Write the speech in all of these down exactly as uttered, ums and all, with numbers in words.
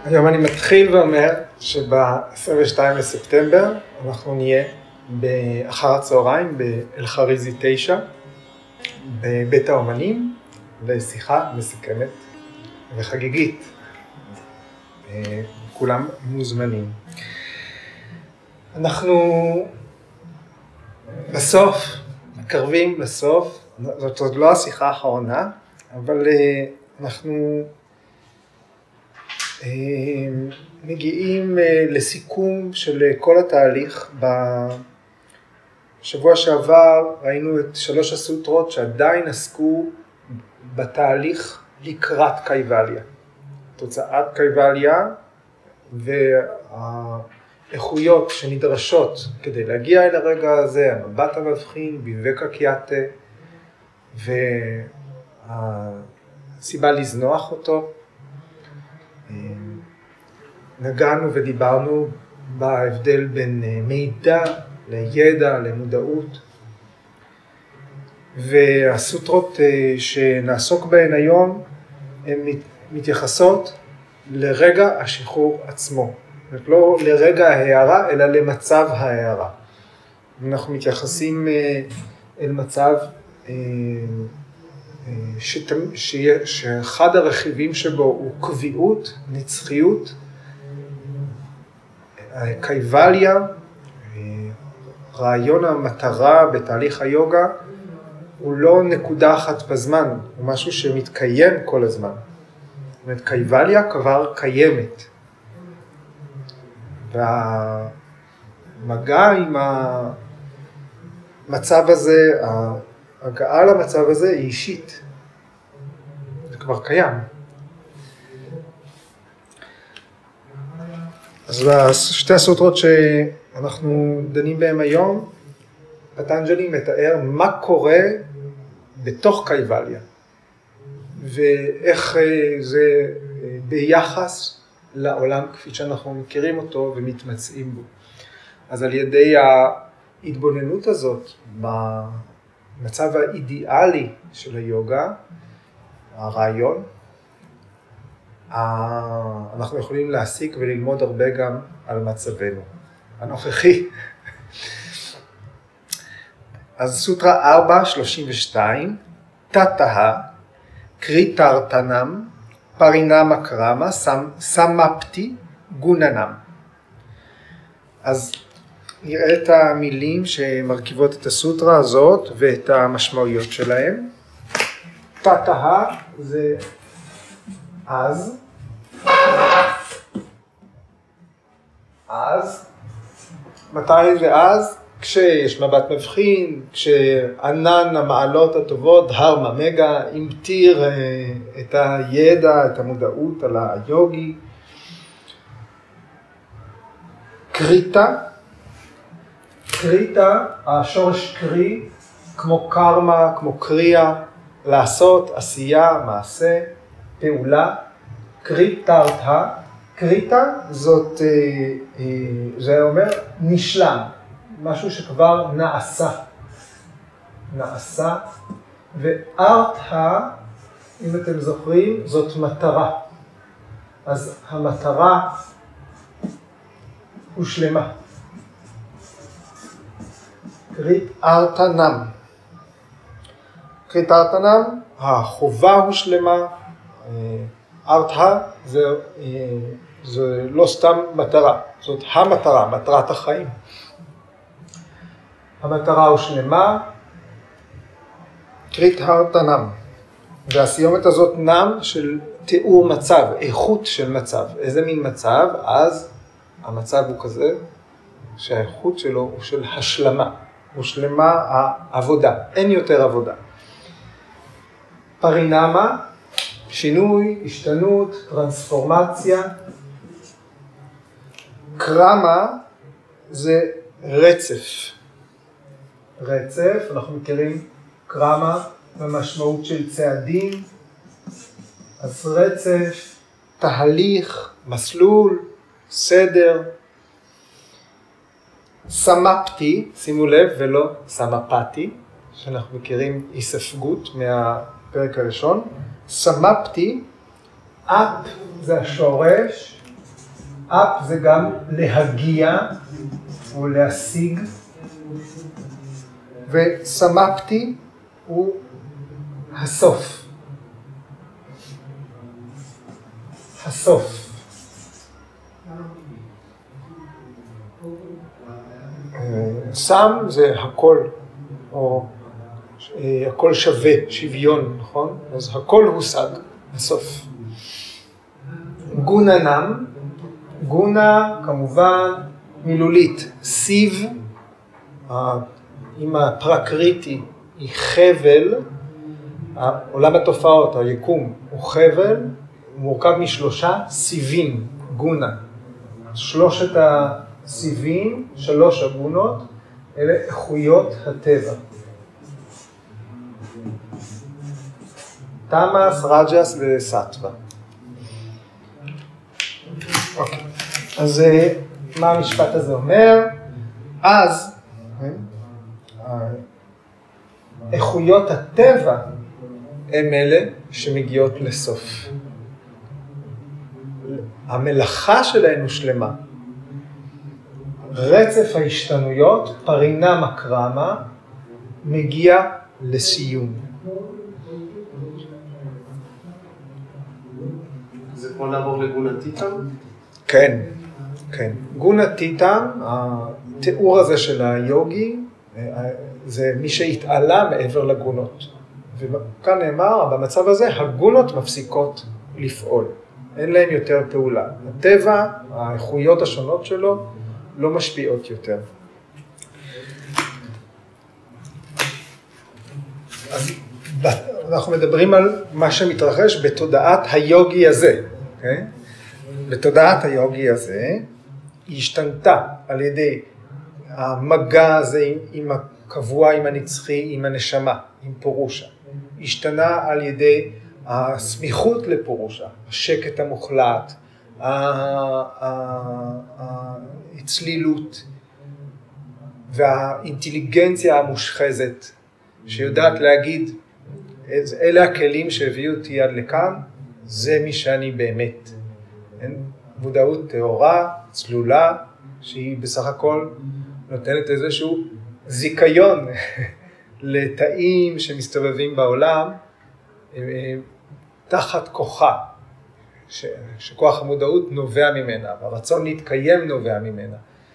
היום אני מתחיל ואומר שב-עשרים ושניים לספטמבר אנחנו נהיה באחר הצהריים באל-חריזי תשע בבית האומנים לשיחה מסכמת וחגיגית. כולם מוזמנים. אנחנו בסוף, מקרבים לסוף, זאת עוד לא השיחה האחרונה, אבל אנחנו מגיעים לסיכום של כל התהליך. בשבוע שעבר ראינו את שלוש הסוטרות שעדיין עסקו בתהליך לקראת קייבליה. תוצאת קייבליה והאיכויות שנדרשות כדי להגיע אל הרגע הזה, המבט המבחין, ביבקה קיאטה, והסיבה לזנוח אותו. נגענו ודיברנו בהבדל בין מידע לידע, למודעות. והסוטרות שנעסוק בהן היום הן מתייחסות לרגע השחרור עצמו. זאת לא לרגע ההערה, אלא למצב ההערה. אנחנו מתייחסים אל מצב שאחד הרכיבים שבו הוא קביעות, נצחיות, קייבליה, רעיון המטרה בתהליך היוגה, הוא לא נקודה אחת בזמן, הוא משהו שמתקיים כל הזמן. זאת אומרת, קייבליה כבר קיימת. והמגע עם המצב הזה, ההגעה למצב הזה היא אישית. זה כבר קיים. אז שתי הסוטרות שאנחנו דנים בהן היום, פטנג'לי מתאר מה קורה בתוך קייבליה, ואיך זה ביחס לעולם כפי שאנחנו מכירים אותו ומתמצאים בו. אז על ידי ההתבוננות הזאת במצב האידיאלי של היוגה, הרעיון, אנחנו יכולים להסיק וללמוד הרבה גם על מצבנו הנוכחי. אז סוטרה ארבע שלושים ושתיים, תתאה, קריטרטנם, פרינמה קרמה, סמפטי, גוננם. אז נראה את המילים שמרכיבות את הסוטרה הזאת ואת המשמעויות שלהם. תתאה זה אז, אז, מתי זה אז? כשיש מבט מבחין, כשענן המעלות הטובות, הר ממגה, המטיר את הידע, את המודעות על היוגי. קריטה, קריטה, השורש קרי, כמו קרמה, כמו קריאה, לעשות, עשייה, מעשה, פעולה. קריטרתא, קריטה זאת, זה אומר נשלם. משהו שכבר נעשה, נעשה, וארתא, אם אתם זוכרים, זאת מטרה. אז המטרה הושלמה. קריטרתנם. קריטרתנם, החובה הושלמה, ארתא זה, זה לא סתם מטרה, זאת המטרה, מטרת החיים. המטרה הושלמה, קריטרתנם. והסיומת הזאת נם של תיאור מצב, איכות של מצב. איזה מין מצב? אז המצב הוא כזה שהאיכות שלו הוא של השלמה. הושלמה העבודה, אין יותר עבודה. פרינמה, שינוי, השתנות, טרנספורמציה. קרמה זה רצף. רצף, אנחנו מכירים קרמה במשמעות של צעדים, אז רצף, תהליך, מסלול, סדר. סמפטי, שימו לב, ולא סמפתי, שאנחנו מכירים היספגות מהפרק הראשון. סמפטי, אפ זה השורש, אפ זה גם להגיע או להשיג, וסמפתי הוא הסוף. הסוף. סם זה הכל, או הכל שווה, שוויון, נכון? אז הכל הושג, הסוף. גונה נם, גונה כמובן מילולית, סיב, אם הפרקריטי היא חבל, עולם התופעות, היקום הוא חבל, הוא מורכב משלושה סיבים, גונה. שלושת הסיבים, שלוש הגונות, אלה איכויות הטבע. תמאס, רג'ס וסטווה. אוקיי. אז מה המשפט הזה אומר? אז איכויות הטבע הם אלה שמגיעות לסוף. המלאכה שלהן הוא שלמה. רצף ההשתנויות, פרינה מקרמה, מגיע לסיום. זה כמו לעבור לגונתיתם? כן, כן. גונתיתם, התיאור הזה של היוגי, זה מי שהתעלה מעבר לגונות. וכאן נאמר, במצב הזה, הגונות מפסיקות לפעול. אין להם יותר פעולה. הטבע, האיכויות השונות שלו, לא משפיעות יותר. אז אנחנו מדברים על מה שמתרחש בתודעת היוגי הזה. Okay? בתודעת היוגי הזה, היא השתנתה על ידי המגע הזה עם הקבוע, עם הנצחי, עם הנשמה, עם פורושה. השתנה על ידי הסמיכות לפורושה, השקט המוחלט, הצלילות והאינטליגנציה המושחזת, שיודעת להגיד, אלה הכלים שהביאו אותי עד לכאן, זה מי שאני באמת. מודעות טהורה, צלולה, שהיא בסך הכל נותנת איזשהו זיכיון לתאים שמסתובבים בעולם, תחת כוחה, ש, שכוח המודעות נובע ממנה, והרצון להתקיים נובע ממנה.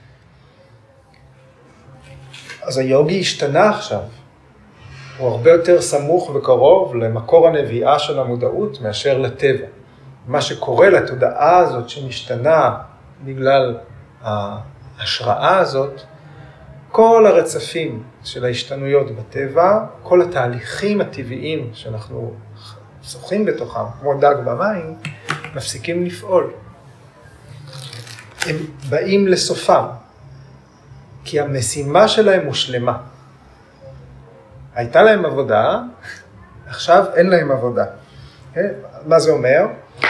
אז היוגי השתנה עכשיו, הוא הרבה יותר סמוך וקרוב למקור הנביאה של המודעות מאשר לטבע. מה שקורה לתודעה הזאת שמשתנה בגלל ההשראה הזאת, כל הרצפים של ההשתנויות בטבע, כל התהליכים הטבעיים שאנחנו שוחים בתוכם, כמו דג במים, מפסיקים לפעול. הם באים לסופם, כי המשימה שלהם מושלמה. הייתה להם עבודה, עכשיו אין להם עבודה. מה זה אומר?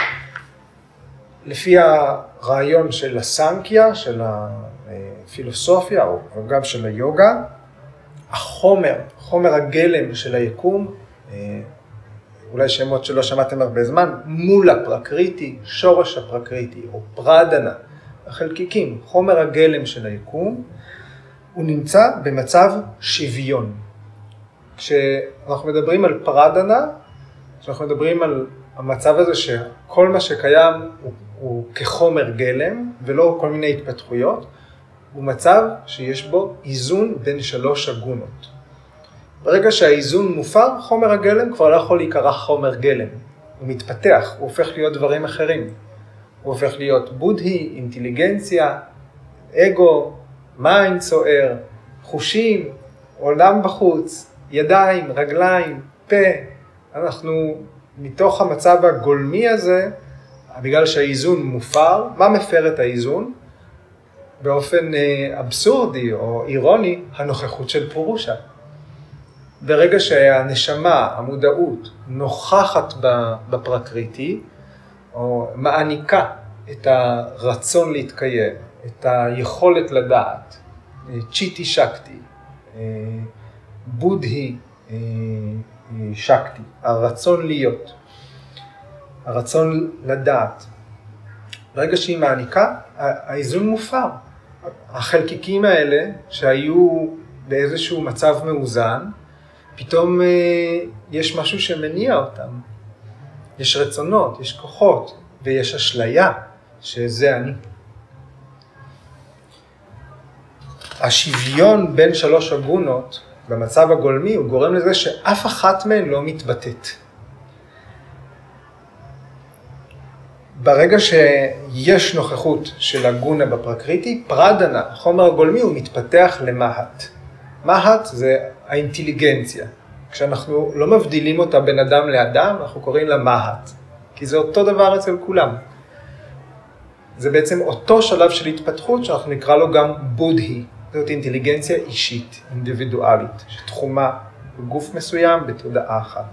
לפי הרעיון של הסנקיה, של הפילוסופיה, או גם של היוגה, החומר, חומר הגלם של היקום, אולי שמות שלא שמעתם הרבה זמן, מול הפרקריטי, שורש הפרקריטי, או פרדנה, החלקיקים, חומר הגלם של היקום, הוא נמצא במצב שוויון. כשאנחנו מדברים על פרדנה, כשאנחנו מדברים על המצב הזה שכל מה שקיים הוא, הוא כחומר גלם, ולא כל מיני התפתחויות, הוא מצב שיש בו איזון בין שלוש הגונות. ברגע שהאיזון מופר, חומר הגלם כבר לא יכול להיקרא חומר גלם. הוא מתפתח, הוא הופך להיות דברים אחרים. הוא הופך להיות בודהי, אינטליגנציה, אגו, מים צוער, חושים, עולם בחוץ, ידיים, רגליים, פה. אנחנו מתוך המצב הגולמי הזה, בגלל שהאיזון מופר, מה מפר את האיזון? באופן אבסורדי או אירוני, הנוכחות של פורושה. ברגע שהנשמה, המודעות, נוכחת בפרקריטי, או מעניקה את הרצון להתקיים, את היכולת לדעת, צ'יטי שקטי, בודהי שקטי, הרצון להיות, הרצון לדעת, ברגע שהיא מעניקה, האיזון מופר. החלקיקים האלה שהיו באיזשהו מצב מאוזן, פתאום יש משהו שמניע אותם. יש רצונות, יש כוחות, ויש אשליה שזה אני. השוויון בין שלוש אגונות במצב הגולמי הוא גורם לזה שאף אחת מהן לא מתבטאת. ברגע שיש נוכחות של הגונה בפרקריטי, פרדנה, החומר הגולמי, הוא מתפתח למהת. מהת זה האינטליגנציה. כשאנחנו לא מבדילים אותה בין אדם לאדם, אנחנו קוראים לה מהת. כי זה אותו דבר אצל כולם. זה בעצם אותו שלב של התפתחות שאנחנו נקרא לו גם בודהי. זאת אינטליגנציה אישית, אינדיבידואלית, שתחומה בגוף מסוים בתודעה אחת.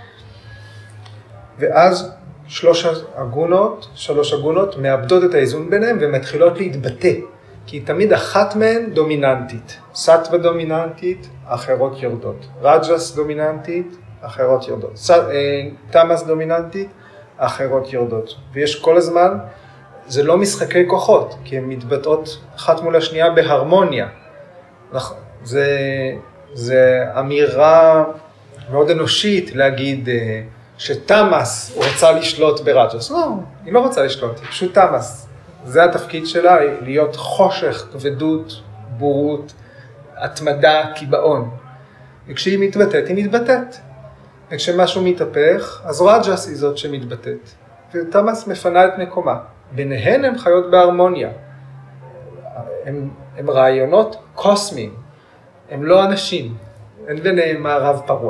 ואז שלוש אגונות, שלוש אגונות מאבדות את האיזון ביניהם ומתחילות להתבטא, כי תמיד אחת מהן דומיננטית. סטווה דומיננטית, אחרות יורדות. רג'ס דומיננטית, אחרות יורדות. תמאס דומיננטית, אחרות יורדות. ויש כל הזמן, זה לא משחקי כוחות, כי הן מתבטאות אחת מול השנייה בהרמוניה. זה, זה אמירה מאוד אנושית להגיד שתמאס רוצה לשלוט ברג'ס. לא, היא לא רוצה לשלוט, היא פשוט תמאס. זה התפקיד שלה, להיות חושך, כבדות, בורות, התמדה, קיבעון. וכשהיא מתבטאת, היא מתבטאת. וכשמשהו מתהפך, אז רג'ס היא זאת שמתבטאת. ותמאס מפנה את מקומה. ביניהן הן חיות בהרמוניה. הם, הם רעיונות קוסמיים. הם לא אנשים. אין ביניהם מערב פרוע.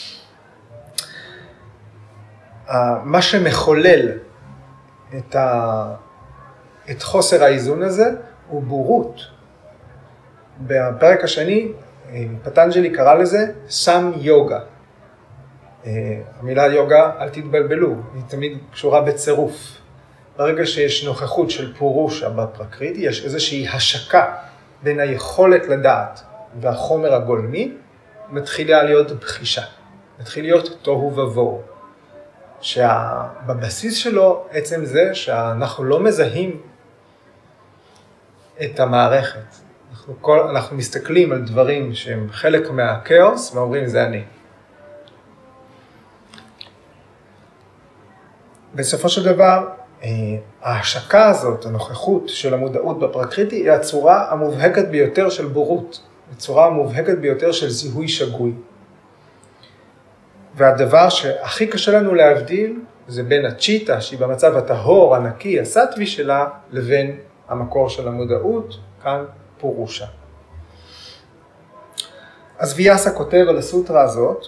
מה שמחולל את, ה... את חוסר האיזון הזה הוא בורות. בפרק השני, פטנג'לי קרא לזה סם יוגה. המילה יוגה, אל תתבלבלו, היא תמיד קשורה בצירוף. ברגע שיש נוכחות של פורושה בפרקריטי, יש איזושהי השקה בין היכולת לדעת והחומר הגולמי, מתחילה להיות בחישה, מתחיל להיות תוהו ובוהו. שבבסיס שלו עצם זה שאנחנו לא מזהים את המערכת. אנחנו, כל, אנחנו מסתכלים על דברים שהם חלק מהכאוס ואומרים זה אני. בסופו של דבר, ההשקה הזאת, הנוכחות של המודעות בפרקריטי, היא הצורה המובהקת ביותר של בורות, הצורה המובהקת ביותר של זיהוי שגוי. והדבר שהכי קשה לנו להבדיל, זה בין הצ'יטה, שהיא במצב הטהור, הנקי, הסטווי שלה, לבין המקור של המודעות, כאן פורושה. אז ויאסה כותב על הסוטרה הזאת,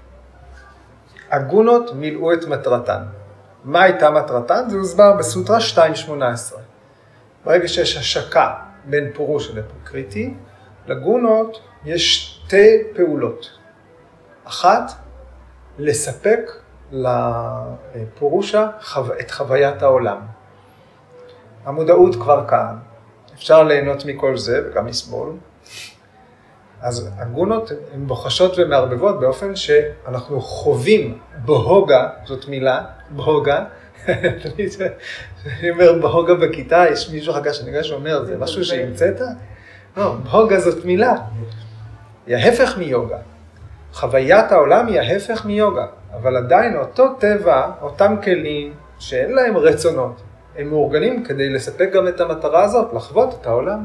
הגונות מילאו את מטרתן. מה הייתה מטרתן? זה הוסבר בסוטרה שתיים שמונה עשרה. ברגע שיש השקה בין פורושה לפרקריטי, לגונות יש שתי פעולות. אחת, לספק לפורושה את חוויית העולם. המודעות כבר כאן, אפשר ליהנות מכל זה וגם לסבול. אז הגונות הן בוחשות ומערבבות באופן שאנחנו חווים בהוגה, זאת מילה, בהוגה. אני אומר בהוגה בכיתה, יש מישהו אחר כך שנגע שאומר, זה משהו שהמצאת? לא, בהוגה זאת מילה. היא ההפך מיוגה. חוויית העולם היא ההפך מיוגה, אבל עדיין אותו טבע, אותם כלים שאין להם רצונות, הם מאורגנים כדי לספק גם את המטרה הזאת, לחוות את העולם.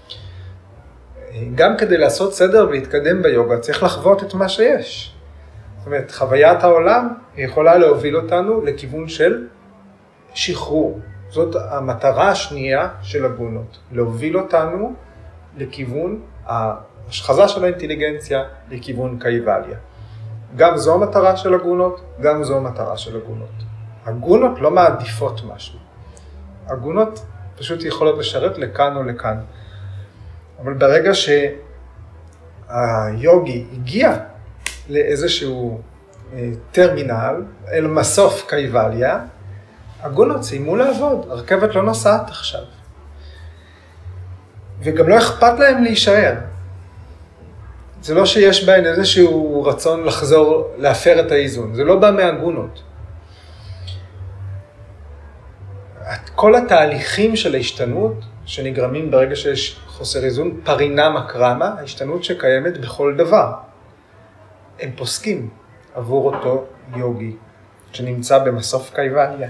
גם כדי לעשות סדר ולהתקדם ביוגה, צריך לחוות את מה שיש. זאת אומרת, חוויית העולם יכולה להוביל אותנו לכיוון של שחרור. זאת המטרה השנייה של הגונות, להוביל אותנו לכיוון ההשחזה של האינטליגנציה, לכיוון קייבליה. גם זו המטרה של הגונות, גם זו המטרה של הגונות. הגונות לא מעדיפות משהו. הגונות פשוט יכולות לשרת לכאן או לכאן. אבל ברגע שהיוגי הגיע לאיזשהו טרמינל, אל מסוף קייבליה, הגונות סיימו לעבוד, הרכבת לא נוסעת עכשיו. וגם לא אכפת להם להישאר. זה לא שיש בהן איזשהו רצון לחזור, להפר את האיזון. זה לא בא מהגונות. כל התהליכים של ההשתנות שנגרמים ברגע שיש חוסר איזון, פרינמה קרמה, ההשתנות שקיימת בכל דבר. הם פוסקים עבור אותו יוגי שנמצא במסוף קייבליה.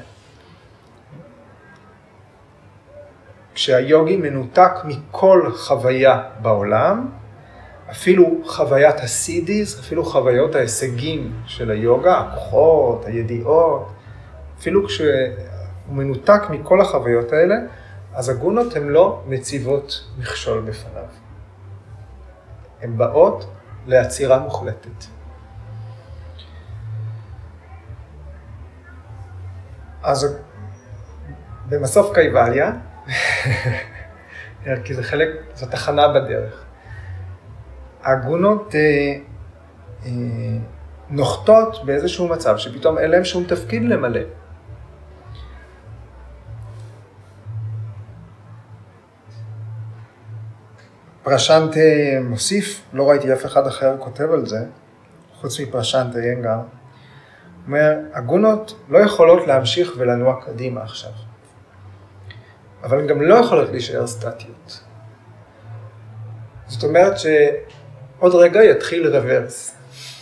כשהיוגי מנותק מכל חוויה בעולם, אפילו חוויית הסידיס, אפילו חוויות ההישגים של היוגה, הכוחות, הידיעות, אפילו כשהוא מנותק מכל החוויות האלה, אז הגונות הן לא מציבות מכשול בפניו. הן באות לעצירה מוחלטת. אז במסוף קייבליה, כי זה חלק, זו תחנה בדרך. הגונות אה, אה, נוחתות באיזשהו מצב שפתאום אין להם שום תפקיד למלא. פרשנט מוסיף, לא ראיתי אף אחד אחר כותב על זה, חוץ מפרשנט איינגר, אומר, הגונות לא יכולות להמשיך ולנוע קדימה עכשיו. אבל הן גם לא יכולות להישאר סטטיות. זאת אומרת שעוד רגע יתחיל רוורס.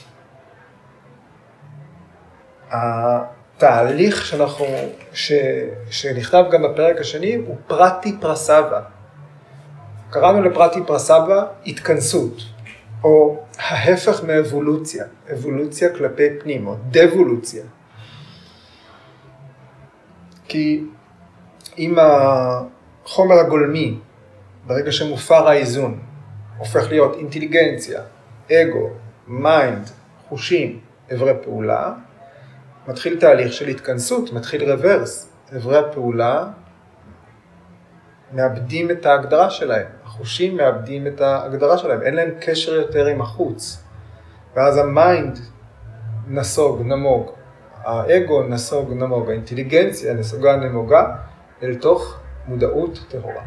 התהליך שאנחנו, ש, שנכתב גם בפרק השני הוא פרטי פרסבה. קראנו לפרטי פרסבה התכנסות, או ההפך מאבולוציה, אבולוציה כלפי פנים, או דבולוציה. כי אם החומר הגולמי, ברגע שמופר האיזון, הופך להיות אינטליגנציה, אגו, מיינד, חושים, עברי פעולה, מתחיל תהליך של התכנסות, מתחיל רוורס. עברי הפעולה מאבדים את ההגדרה שלהם, החושים מאבדים את ההגדרה שלהם, אין להם קשר יותר עם החוץ. ואז המיינד נסוג, נמוג, האגו נסוג, נמוג, האינטליגנציה נסוגה, נמוגה, אל תוך מודעות טהורה.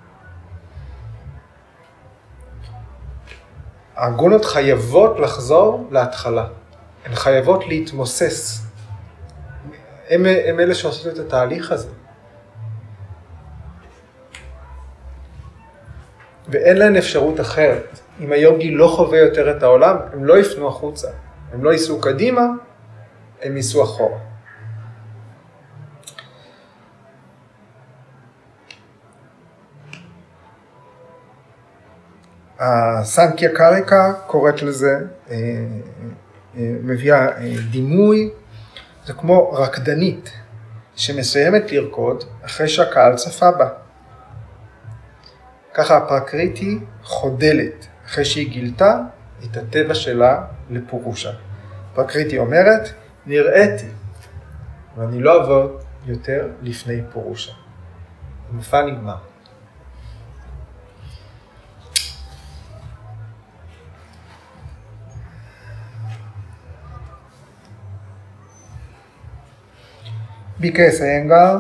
הגונות חייבות לחזור להתחלה, הן חייבות להתמוסס. הם, הם אלה שעושות את התהליך הזה. ואין להן אפשרות אחרת. אם היוגי לא חווה יותר את העולם, הם לא יפנו החוצה. הם לא ייסעו קדימה, הם ייסעו אחורה. הסנקיה קריקה קוראת לזה, מביאה דימוי, זה כמו רקדנית שמסיימת לרקוד אחרי שהקהל צפה בה. ככה הפרקריטי חודלת אחרי שהיא גילתה את הטבע שלה לפורושה. הפרקריטי אומרת, נראיתי ואני לא אעבוד יותר לפני פורושה. המופע נגמר. ביקס איינגר,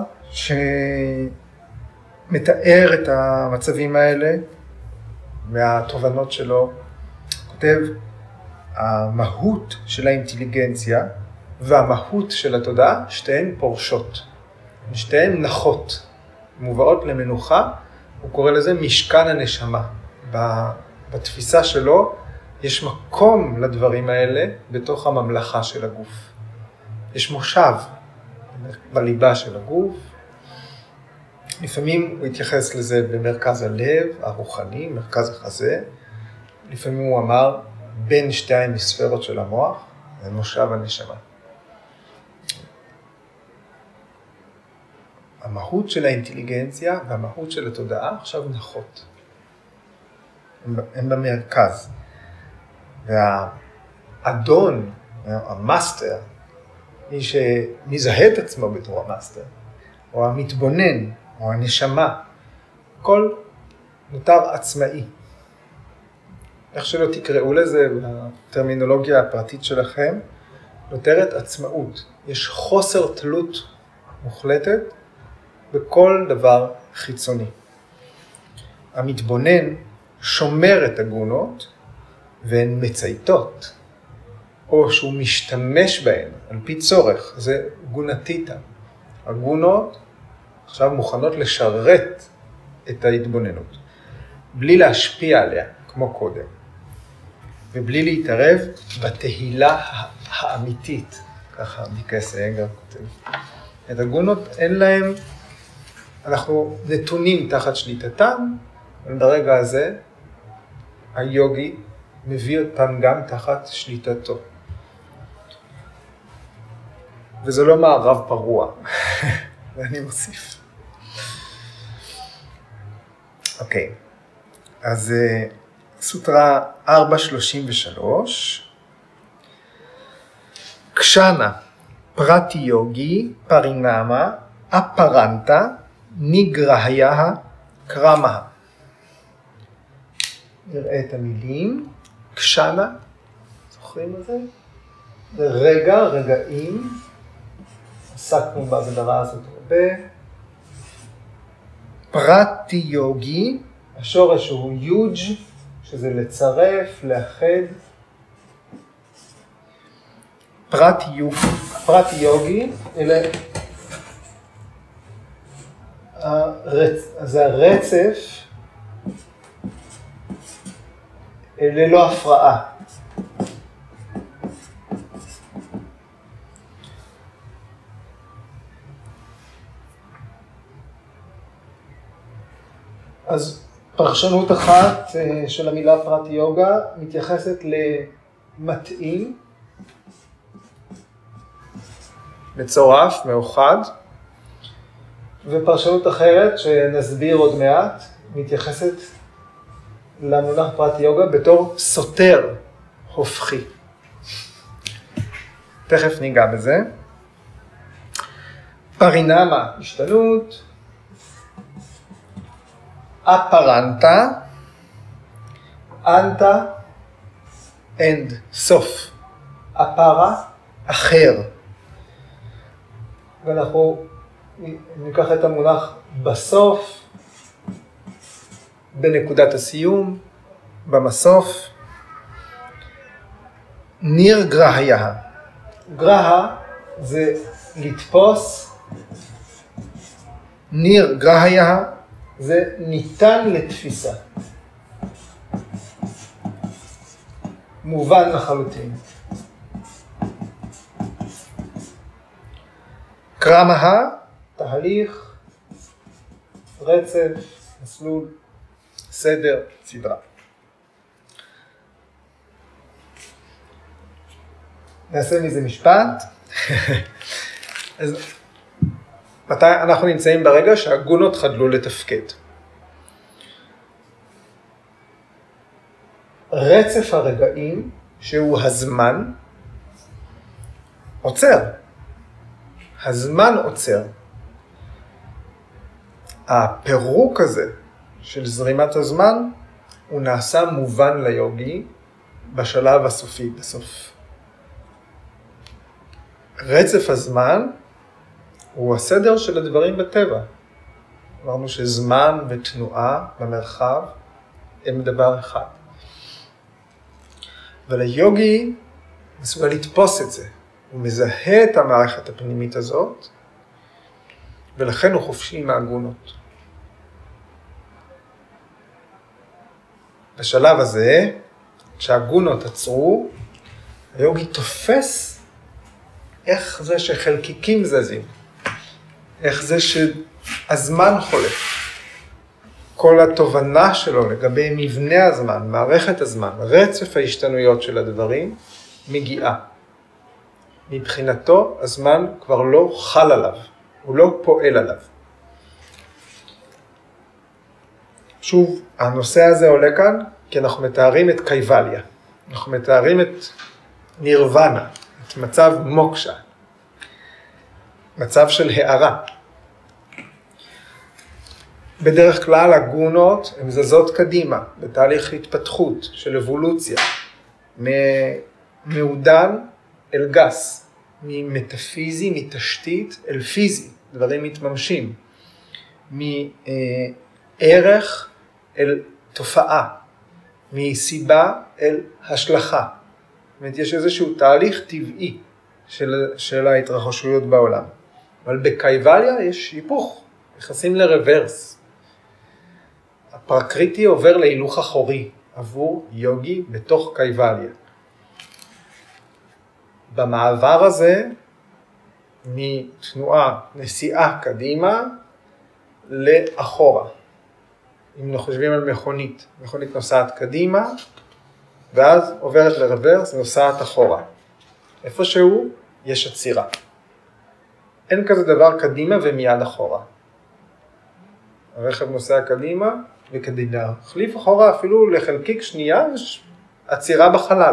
שמתאר את המצבים האלה מהתובנות שלו, כותב, המהות של האינטליגנציה והמהות של התודעה, שתיהן פורשות, שתיהן נחות, מובאות למנוחה, הוא קורא לזה משכן הנשמה. בתפיסה שלו יש מקום לדברים האלה בתוך הממלכה של הגוף. יש מושב בליבה של הגוף. לפעמים הוא התייחס לזה במרכז הלב, הרוחני, מרכז החזה. לפעמים הוא אמר בין שתי ההמיספרות של המוח, זה מושב הנשמה. המהות של האינטליגנציה והמהות של התודעה עכשיו נחות. הם במרכז. והאדון, המאסטר, מי שמזהה את עצמו בתור המאסטר, או המתבונן, או הנשמה, הכל נותר עצמאי. איך שלא תקראו לזה בטרמינולוגיה הפרטית שלכם, נותרת עצמאות. יש חוסר תלות מוחלטת בכל דבר חיצוני. המתבונן שומר את הגונות והן מצייתות, או שהוא משתמש בהן על פי צורך, זה גונתיתא. הגונות עכשיו מוכנות לשרת את ההתבוננות, בלי להשפיע עליה, כמו קודם, ובלי להתערב בתהילה האמיתית, ככה מיקס איינגר כותב. את הגונות אין להם, אנחנו נתונים תחת שליטתם, אבל ברגע הזה היוגי מביא אותם גם תחת שליטתו. וזה לא מערב פרוע, ואני מוסיף. אוקיי, אז סוטרה ארבע שלושים ושלוש, קשנה פרטי יוגי פרינמה אפרנטה ניגרהיה קרמה. נראה את המילים. קשנה, זוכרים את זה? זה רגע, רגעים. עסקנו בהגדרה הזאת הרבה. פרטי יוגי, השורש הוא יוג', שזה לצרף, לאחד. פרט יוגי, פרט יוגי, אלה, הרצ... זה הרצף ללא הפרעה. אז פרשנות אחת של המילה פרט יוגה מתייחסת למתאים, מצורף, מאוחד, ופרשנות אחרת שנסביר עוד מעט מתייחסת למונח פרט יוגה בתור סותר הופכי. תכף ניגע בזה. פרינמה, השתנות. אפרנטה, אנטה, אנד, סוף. אפרה, אחר. ואנחנו ניקח את המונח בסוף, בנקודת הסיום, במסוף. ניר גרהיה. גרהיה זה לתפוס, ניר גרהיה זה ניתן לתפיסה. מובן לחלוטין. קרמה, תהליך, רצף, מסלול, סדר, סדרה. נעשה מזה משפט. אז מתי אנחנו נמצאים ברגע שהגונות חדלו לתפקד? רצף הרגעים, שהוא הזמן, עוצר. הזמן עוצר. הפירוק הזה של זרימת הזמן, הוא נעשה מובן ליוגי בשלב הסופי, בסוף. רצף הזמן הוא הסדר של הדברים בטבע. אמרנו שזמן ותנועה במרחב הם דבר אחד. אבל היוגי מסוגל לתפוס את זה. הוא מזהה את המערכת הפנימית הזאת, ולכן הוא חופשי מהגונות. בשלב הזה, כשהגונות עצרו, היוגי תופס איך זה שחלקיקים זזים, איך זה שהזמן חולף. כל התובנה שלו לגבי מבנה הזמן, מערכת הזמן, רצף ההשתנויות של הדברים, מגיעה. מבחינתו הזמן כבר לא חל עליו, הוא לא פועל עליו. שוב, הנושא הזה עולה כאן כי אנחנו מתארים את קייבליה. אנחנו מתארים את נירוונה, את מצב מוקשה, מצב של הערה. בדרך כלל הגונות הן זזות קדימה, בתהליך התפתחות של אבולוציה, מעודן אל גס, ממטאפיזי, מתשתית אל פיזי, דברים מתממשים, מערך אל תופעה, מסיבה אל השלכה. זאת אומרת, יש איזשהו תהליך טבעי של, של ההתרחשויות בעולם. אבל בקייבליה יש היפוך, נכנסים לרוורס. הפרקריטי עובר להילוך אחורי עבור יוגי בתוך קייבליה. במעבר הזה, מתנועה נסיעה קדימה לאחורה. אם אנחנו חושבים על מכונית, מכונית נוסעת קדימה, ואז עוברת לרוורס, נוסעת אחורה. איפשהו יש עצירה. אין כזה דבר קדימה ומיד אחורה. הרכב נוסע קדימה, וכדי להחליף אחורה אפילו לחלקיק שנייה, יש עצירה בחלל.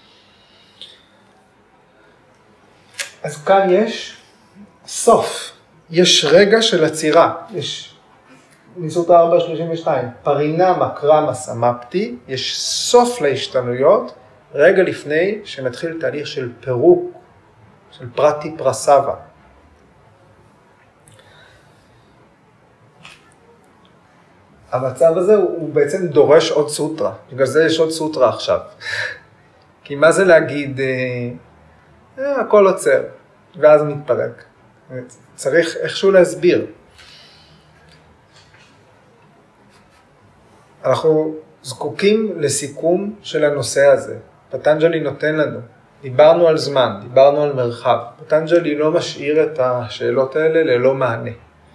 אז כאן יש סוף, יש רגע של עצירה, יש ניסות ארבע שלושים ושתיים, פרינמה קרמה סמפטי, יש סוף להשתנויות, רגע לפני שמתחיל תהליך של פירוק, של פרטי פרסבה. המצב הזה הוא, הוא בעצם דורש עוד סוטרה, בגלל זה יש עוד סוטרה עכשיו. כי מה זה להגיד, אה, אה, הכל עוצר, ואז מתפרק. צריך איכשהו להסביר. אנחנו זקוקים לסיכום של הנושא הזה. פטנג'לי נותן לנו. דיברנו על זמן, דיברנו על מרחב. פטנג'לי לא משאיר את השאלות האלה ללא מענה.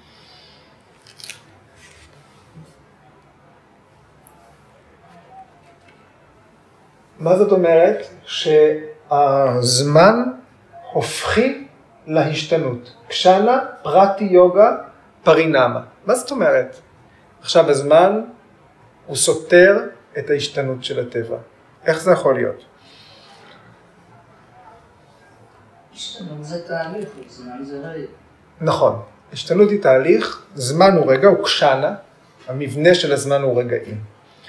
מה זאת אומרת? שהזמן הופכי להשתנות. קשנה, פרטי יוגה, פרינמה. מה זאת אומרת? עכשיו הזמן הוא סותר את ההשתנות של הטבע. איך זה יכול להיות? השתנות זה תהליך, זמן זה רגע. נכון. השתנות היא תהליך, זמן הוא רגע, הוא קשנה, המבנה של הזמן הוא רגעים.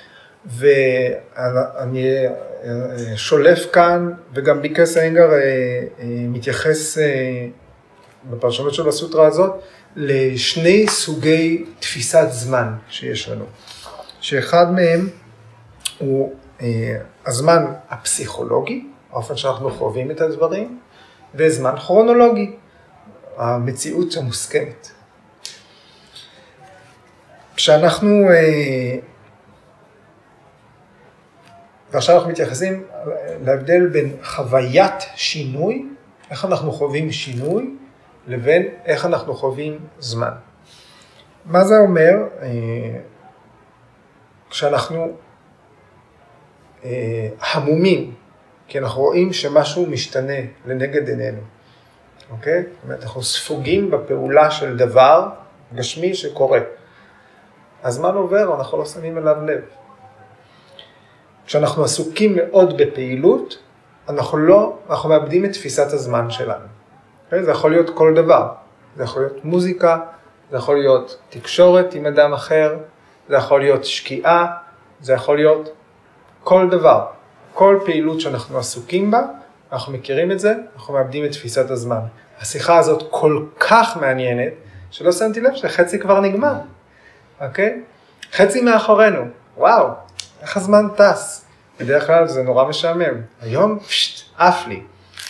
ואני שולף כאן, וגם ביקס אנגר מתייחס בפרשנות של הסוטרה הזאת, לשני סוגי תפיסת זמן שיש לנו. שאחד מהם הוא הזמן הפסיכולוגי, האופן שאנחנו חווים את הדברים, וזמן כרונולוגי, המציאות המוסכמת. כשאנחנו, ועכשיו אנחנו מתייחסים להבדל בין חוויית שינוי, איך אנחנו חווים שינוי, לבין איך אנחנו חווים זמן. מה זה אומר? כשאנחנו המומים, כי אנחנו רואים שמשהו משתנה לנגד עינינו. אוקיי? זאת אומרת, אנחנו ספוגים בפעולה של דבר גשמי שקורה. הזמן עובר, אנחנו לא שמים אליו לב. כשאנחנו עסוקים מאוד בפעילות, אנחנו לא, אנחנו מאבדים את תפיסת הזמן שלנו. אוקיי? זה יכול להיות כל דבר. זה יכול להיות מוזיקה, זה יכול להיות תקשורת עם אדם אחר, זה יכול להיות שקיעה, זה יכול להיות כל דבר. כל פעילות שאנחנו עסוקים בה, אנחנו מכירים את זה, אנחנו מאבדים את תפיסת הזמן. השיחה הזאת כל כך מעניינת, שלא שמתי לב שחצי כבר נגמר. אוקיי? חצי מאחורינו. וואו, איך הזמן טס. בדרך כלל זה נורא משעמם. היום, פשט, עף לי.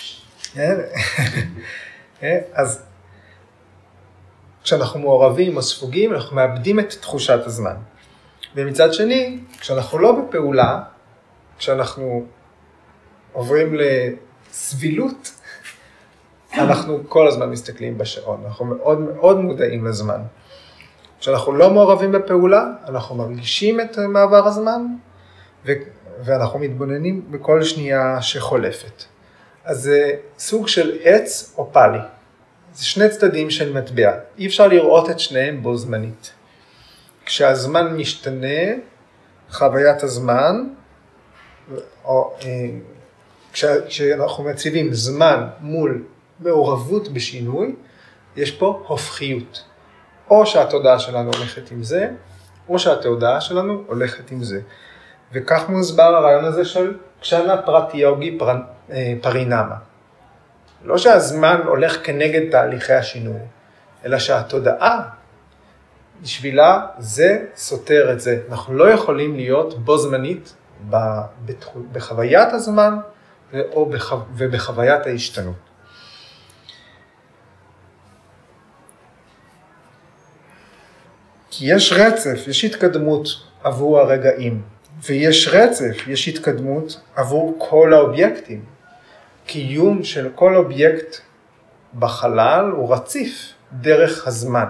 אז כשאנחנו מעורבים או ספוגים, אנחנו מאבדים את תחושת הזמן. ומצד שני, כשאנחנו לא בפעולה, כשאנחנו עוברים לסבילות, אנחנו כל הזמן מסתכלים בשעון, אנחנו מאוד מאוד מודעים לזמן. כשאנחנו לא מעורבים בפעולה, אנחנו מרגישים את מעבר הזמן, ו- ואנחנו מתבוננים בכל שנייה שחולפת. אז זה סוג של עץ או פלי. זה שני צדדים של מטבע. אי אפשר לראות את שניהם בו זמנית. כשהזמן משתנה, חוויית הזמן, או, כשאנחנו מציבים זמן מול מעורבות בשינוי, יש פה הופכיות. או שהתודעה שלנו הולכת עם זה, או שהתודעה שלנו הולכת עם זה. וכך מוסבר הרעיון הזה של קשנה פרטי יוגי פר, פרינמה. לא שהזמן הולך כנגד תהליכי השינוי, אלא שהתודעה, בשבילה זה סותר את זה. אנחנו לא יכולים להיות בו זמנית בחוויית הזמן ובחוויית ההשתנות. כי יש רצף, יש התקדמות עבור הרגעים, ויש רצף, יש התקדמות עבור כל האובייקטים. קיום של כל אובייקט בחלל הוא רציף דרך הזמן.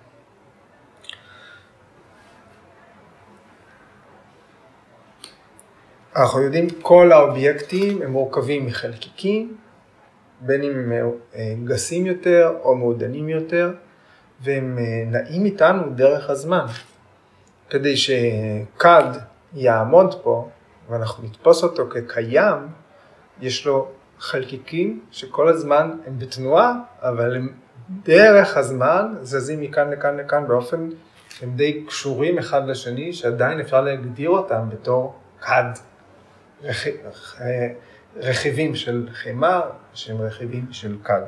אנחנו יודעים כל האובייקטים הם מורכבים מחלקיקים, בין אם הם גסים יותר או מעודנים יותר, והם נעים איתנו דרך הזמן. כדי שכד יעמוד פה ואנחנו נתפוס אותו כקיים, יש לו חלקיקים שכל הזמן הם בתנועה, אבל הם דרך הזמן זזים מכאן לכאן לכאן באופן הם די קשורים אחד לשני, שעדיין אפשר להגדיר אותם בתור כד. רכיב, רכיבים של חמר שהם רכיבים של כד.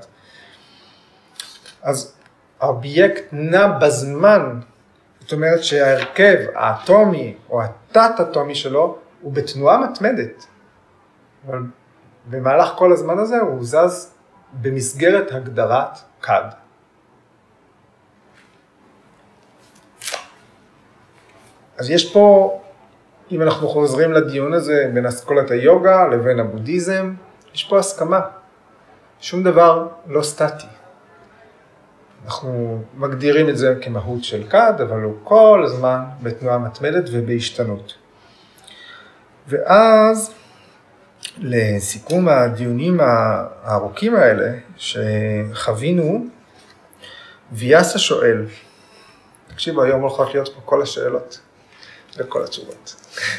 אז האובייקט נע בזמן, זאת אומרת שההרכב האטומי או התת-אטומי שלו הוא בתנועה מתמדת. אבל במהלך כל הזמן הזה הוא זז במסגרת הגדרת כד. אז יש פה, אם אנחנו חוזרים לדיון הזה בין אסכולת היוגה לבין הבודהיזם, יש פה הסכמה. שום דבר לא סטטי. אנחנו מגדירים את זה כמהות של כד, אבל הוא כל הזמן בתנועה מתמדת ובהשתנות. ואז, לסיכום הדיונים הארוכים האלה שחווינו, ויאסה שואל, תקשיבו, היום הולכות להיות פה כל השאלות וכל התשובות.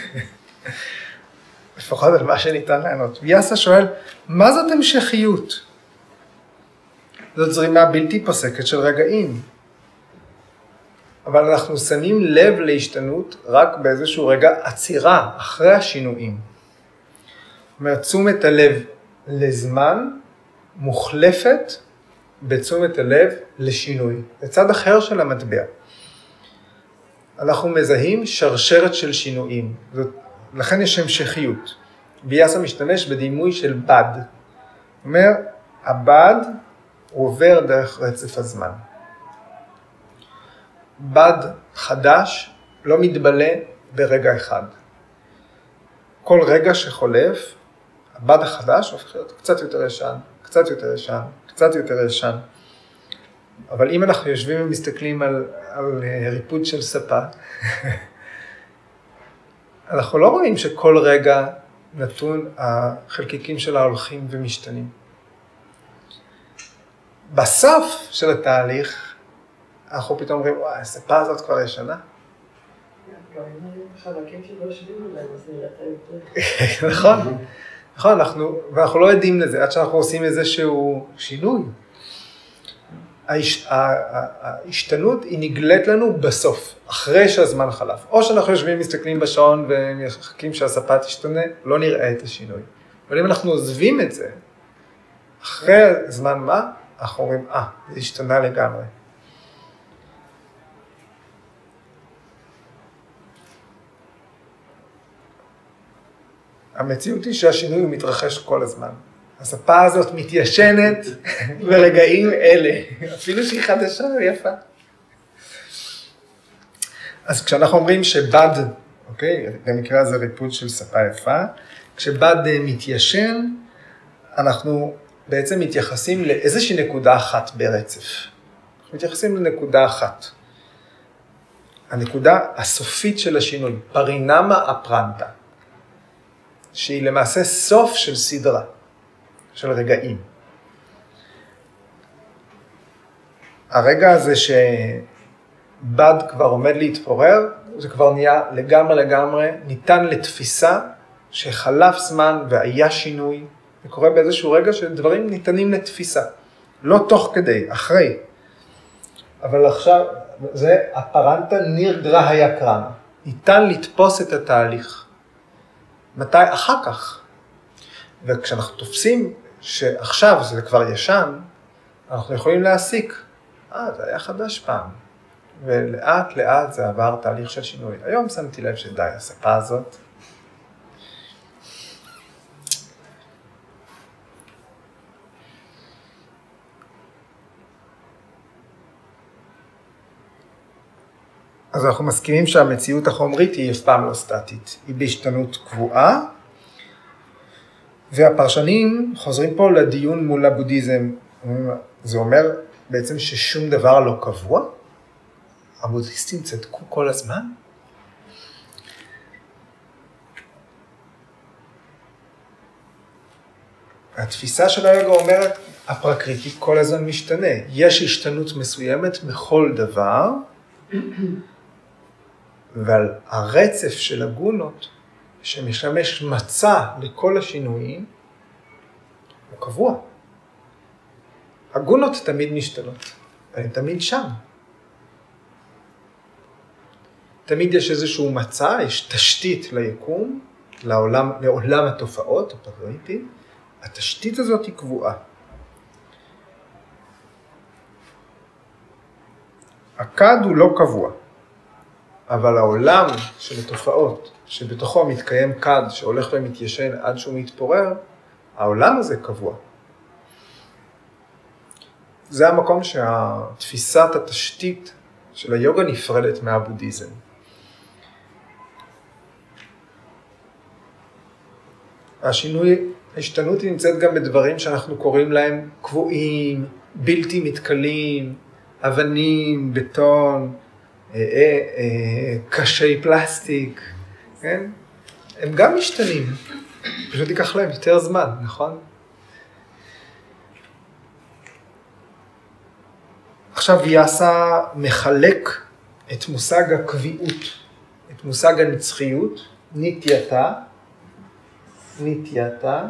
לפחות על מה שניתן לענות. ויאסה שואל, מה זאת המשכיות? זאת זרימה בלתי פוסקת של רגעים. אבל אנחנו שמים לב להשתנות רק באיזשהו רגע עצירה, אחרי השינויים. זאת אומרת, תשומת הלב לזמן מוחלפת בתשומת הלב לשינוי. לצד אחר של המטבע. אנחנו מזהים שרשרת של שינויים. זאת, לכן יש המשכיות. ויאסה משתמש בדימוי של בד. זאת אומרת, הבד הוא עובר דרך רצף הזמן. בד חדש לא מתבלה ברגע אחד. כל רגע שחולף, הבד החדש הופך להיות קצת יותר ישן, קצת יותר ישן, קצת יותר ישן. אבל אם אנחנו יושבים ומסתכלים על, על ריפוד של ספה, אנחנו לא רואים שכל רגע נתון החלקיקים שלה הולכים ומשתנים. בסוף של התהליך, אנחנו פתאום אומרים, וואי, הספה הזאת כבר ישנה. נכון, נכון, ואנחנו לא יודעים לזה, עד שאנחנו עושים איזשהו שינוי. ההשתנות היא נגלית לנו בסוף, אחרי שהזמן חלף. או שאנחנו יושבים, מסתכלים בשעון ומחכים שהספה תשתנה, לא נראה את השינוי. אבל אם אנחנו עוזבים את זה, אחרי זמן מה, אנחנו אומרים, אה, זה השתנה לגמרי. המציאות היא שהשינוי הוא מתרחש כל הזמן. הספה הזאת מתיישנת ברגעים אלה, אפילו שהיא חדשה ויפה. אז כשאנחנו אומרים שבד, אוקיי, במקרה הזה ריפוד של ספה יפה, כשבד מתיישן, אנחנו בעצם מתייחסים לאיזושהי נקודה אחת ברצף. אנחנו מתייחסים לנקודה אחת. הנקודה הסופית של השינוי, פרינמה הפרנטה, שהיא למעשה סוף של סדרה, של רגעים. הרגע הזה שבד כבר עומד להתפורר, זה כבר נהיה לגמרי לגמרי, ניתן לתפיסה שחלף זמן והיה שינוי, זה קורה באיזשהו רגע שדברים ניתנים לתפיסה, לא תוך כדי, אחרי. אבל עכשיו, זה הפרנטה נירגרה היקרמה, ניתן לתפוס את התהליך. מתי? אחר כך. וכשאנחנו תופסים שעכשיו זה כבר ישן, אנחנו יכולים להסיק, אה, זה היה חדש פעם. ולאט לאט זה עבר תהליך של שינוי. היום שמתי לב שדי, הספה הזאת. אז אנחנו מסכימים שהמציאות החומרית היא אף פעם לא סטטית, היא בהשתנות קבועה, והפרשנים חוזרים פה לדיון מול הבודהיזם, זה אומר בעצם ששום דבר לא קבוע, הבודהיסטים צדקו כל הזמן. התפיסה של היוגה אומרת, הפרקריטי כל הזמן משתנה, יש השתנות מסוימת בכל דבר, אבל הרצף של הגונות שמשמש מצע לכל השינויים הוא קבוע. הגונות תמיד משתנות, הן תמיד שם. תמיד יש איזשהו מצע, יש תשתית ליקום, לעולם, לעולם התופעות, הפרקריטי. התשתית הזאת היא קבועה. הכד הוא לא קבוע, אבל העולם של התופעות, שבתוכו מתקיים כד שהולך ומתיישן עד שהוא מתפורר, העולם הזה קבוע. זה המקום שהתפיסת התשתית של היוגה נפרדת מהבודהיזם. השינוי, ההשתנות היא נמצאת גם בדברים שאנחנו קוראים להם קבועים, בלתי מתכלים, אבנים, בטון, אה, אה, קשי פלסטיק, כן? הם גם משתנים, פשוט ייקח להם יותר זמן, נכון? עכשיו ויאסה מחלק את מושג הקביעות, את מושג הנצחיות, ניטייתה, ניטייתה,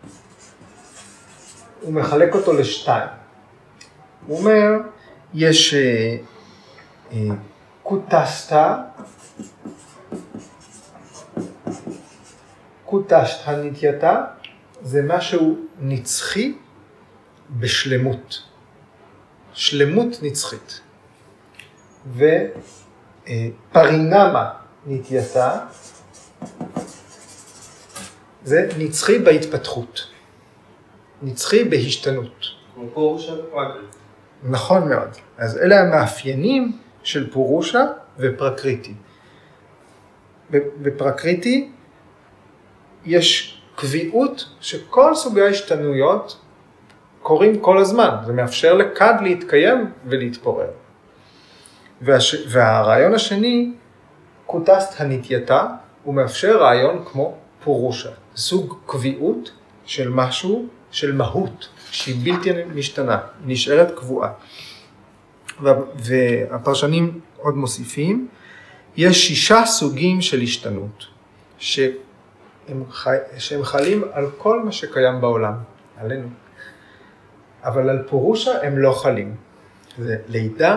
הוא מחלק אותו לשתיים. הוא אומר, יש אה, אה, קוטשטה, קוטשטה ניטייתה, זה משהו נצחי בשלמות. שלמות נצחית. ופרינמה ניטייתה, זה נצחי בהתפתחות. נצחי בהשתנות. כמו פורושה ופרקריטי. נכון מאוד. אז אלה המאפיינים של פורושה ופרקריטי. בפרקריטי יש קביעות שכל סוגי ההשתנויות קורים כל הזמן. זה מאפשר לכד להתקיים ולהתפורר. והש... והרעיון השני, קוטסט הניטייתה, הוא מאפשר רעיון כמו פורושה. סוג קביעות של משהו, של מהות, שהיא בלתי משתנה, נשארת קבועה. והפרשנים עוד מוסיפים, יש שישה סוגים של השתנות, שהם, חי... שהם חלים על כל מה שקיים בעולם, עלינו. אבל על פורושה הם לא חלים. זה לידה,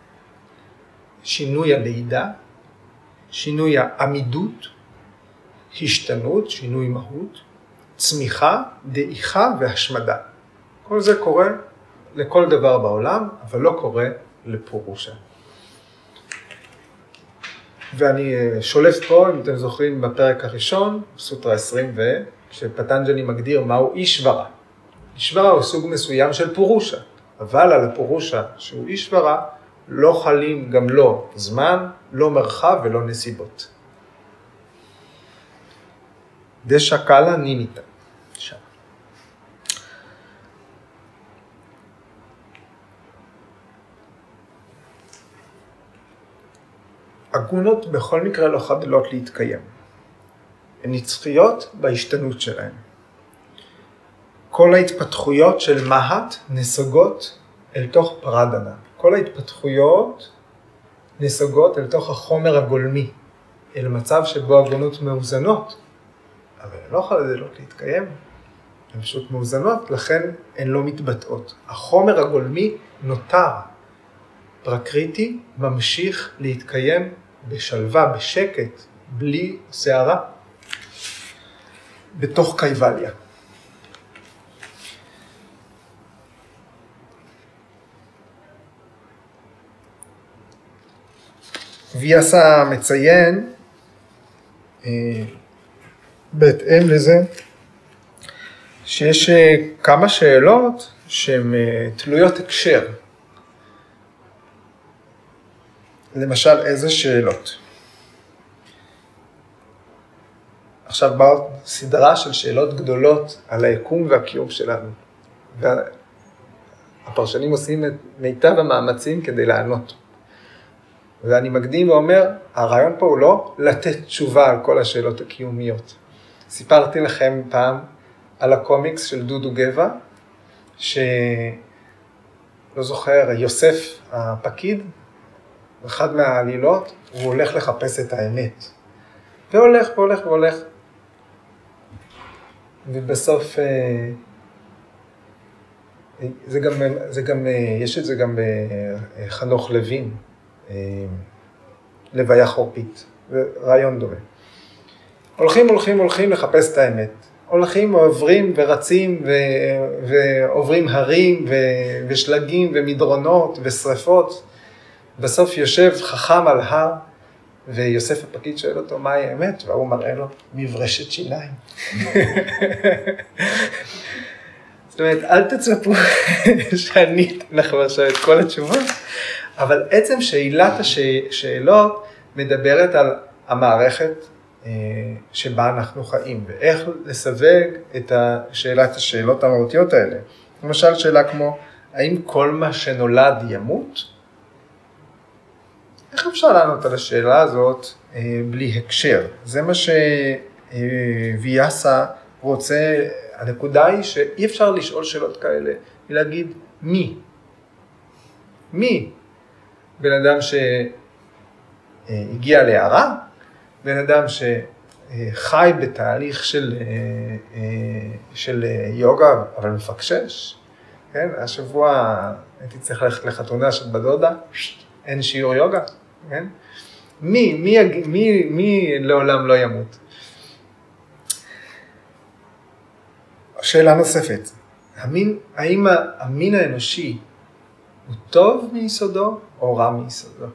שינוי הלידה, שינוי העמידות, השתנות, שינוי מהות, צמיחה, דעיכה והשמדה. כל זה קורה לכל דבר בעולם, אבל לא קורה לפורושה. ואני שולף פה, אם אתם זוכרים, בפרק הראשון, סוטרה עשרים ו, כשפטנג'לי מגדיר מהו אישברה. אישברה הוא סוג מסוים של פורושה, אבל על הפורושה שהוא אישברה, לא חלים גם לא זמן, לא מרחב ולא נסיבות. דשקלה נימיתה. שם. הגונות בכל מקרה לא חדלות להתקיים. הן נצחיות בהשתנות שלהן. כל ההתפתחויות של מהט נסוגות אל תוך פרדנה. כל ההתפתחויות נסוגות אל תוך החומר הגולמי, אל מצב שבו הגונות מאוזנות, אבל הן לא חדלות להתקיים, הן פשוט מאוזנות, לכן הן לא מתבטאות. החומר הגולמי נותר, פרקריטי ממשיך להתקיים בשלווה, בשקט, בלי שערה, בתוך קייבליה. ויאסה מציין, בהתאם לזה, שיש כמה שאלות שהן תלויות הקשר. למשל, איזה שאלות? עכשיו באה סדרה של שאלות גדולות על היקום והקיום שלנו. והפרשנים עושים את מיטב המאמצים כדי לענות. ואני מקדים ואומר, הרעיון פה הוא לא לתת תשובה על כל השאלות הקיומיות. סיפרתי לכם פעם על הקומיקס של דודו גבע, שלא זוכר, יוסף הפקיד, אחד מהעלילות, הוא הולך לחפש את האמת. והולך והולך והולך. ובסוף, זה גם, זה גם, יש את זה גם בחנוך לוין, לוויה חורפית, רעיון דומה. הולכים, הולכים, הולכים לחפש את האמת. הולכים, עוברים ורצים ו... ועוברים הרים ו... ושלגים ומדרונות ושריפות. בסוף יושב חכם על הר, ויוסף הפקיד שואל אותו מהי האמת, והוא מראה לו מברשת שיניים. זאת אומרת, אל תצפו שאני אתן לכם עכשיו את כל התשובות, אבל עצם שאלת השאלות מדברת על המערכת שבה אנחנו חיים, ואיך לסווג את שאלת השאלות המהותיות האלה. למשל, שאלה כמו, האם כל מה שנולד ימות? איך אפשר לענות על השאלה הזאת בלי הקשר? זה מה שוויאסה רוצה, הנקודה היא שאי אפשר לשאול שאלות כאלה, ולהגיד מי? מי? בן אדם שהגיע להערה, בן אדם שחי בתהליך של, של יוגה, אבל מפקשש. כן? השבוע הייתי צריך ללכת לחתונה של בדודה, אין שיעור יוגה. כן? מי, מי, מי, מי לעולם לא ימות? שאלה נוספת, המין, האם המין האנושי הוא טוב מיסודו או רע מיסודו?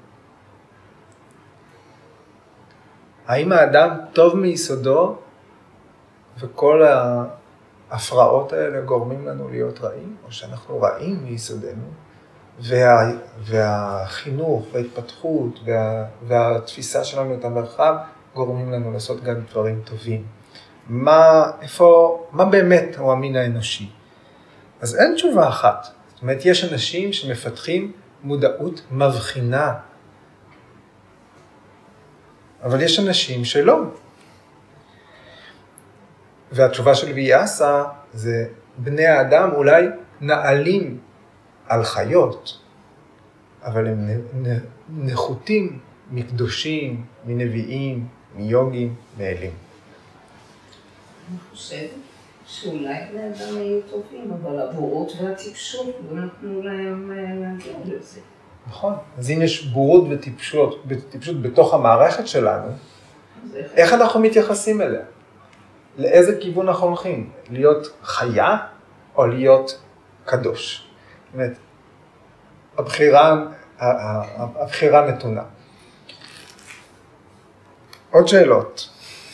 האם האדם טוב מיסודו וכל ההפרעות האלה גורמים לנו להיות רעים, או שאנחנו רעים מיסודנו, וה, והחינוך וההתפתחות וה, והתפיסה שלנו את המרחב גורמים לנו לעשות גם דברים טובים? מה, איפה, מה באמת הוא המין האנושי? אז אין תשובה אחת. זאת אומרת, יש אנשים שמפתחים מודעות מבחינה, אבל יש אנשים שלא. והתשובה של ויאסה זה, בני האדם אולי נעלים על חיות, אבל הם נחותים מקדושים, מנביאים, מיוגים, מאלים. אני חושבת שאולי בני אדם היו טובים, אבל הבורות והטיפשות לא נתנו להם להגיע לזה. נכון. אז אם יש בורות וטיפשות, וטיפשות בתוך המערכת שלנו, איך אנחנו מתייחסים אליה? לאיזה כיוון אנחנו הולכים? להיות חיה או להיות קדוש? זאת אומרת, הבחירה, הבחירה נתונה. עוד שאלות.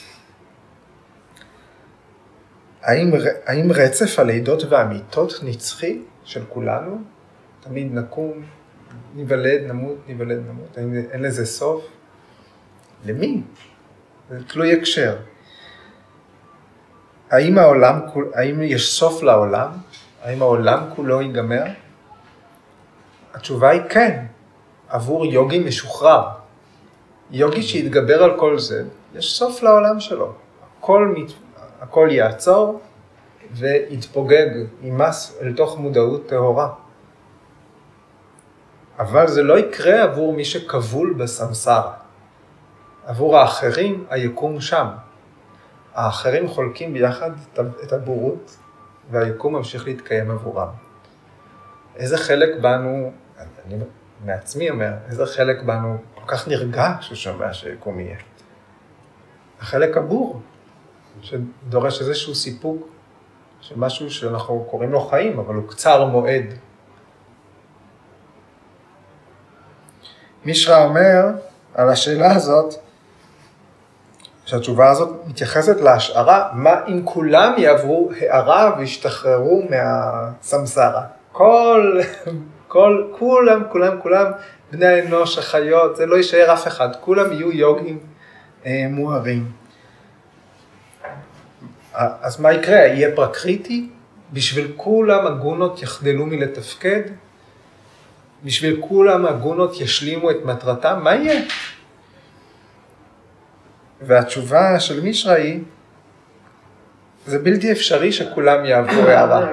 האם, האם רצף הלידות והמיתות נצחי של כולנו? תמיד נקום, ניוולד, נמות, ניוולד, נמות. האם אין לזה סוף? למי? זה תלוי הקשר. האם העולם, האם יש סוף לעולם? האם העולם כולו ייגמר? התשובה היא כן. עבור יוגי משוחרר. יוגי שיתגבר על כל זה, יש סוף לעולם שלו. הכל מת... הכל יעצור ויתפוגג, יימס אל תוך מודעות טהורה. אבל זה לא יקרה עבור מי שכבול בסמסרה. עבור האחרים, היקום שם. האחרים חולקים ביחד את הבורות, והיקום ממשיך להתקיים עבורם. איזה חלק בנו, אני מעצמי אומר, איזה חלק בנו כל כך נרגע ששומע שהיקום יהיה. החלק הבור. שדורש איזשהו סיפוק, של משהו שאנחנו קוראים לו חיים, אבל הוא קצר מועד. מישרא אומר על השאלה הזאת, שהתשובה הזאת מתייחסת להשערה, מה אם כולם יעברו הערה וישתחררו מהסמסרה. כל, כל, כולם, כולם, כולם בני האנוש, החיות, זה לא יישאר אף אחד, כולם יהיו יוגים אה, מוארים. אז מה יקרה? יהיה פרקריטי? בשביל כולם הגונות יחדלו מלתפקד? בשביל כולם הגונות ישלימו את מטרתם? מה יהיה? והתשובה של מישרא היא, זה בלתי אפשרי שכולם יעברו הערה.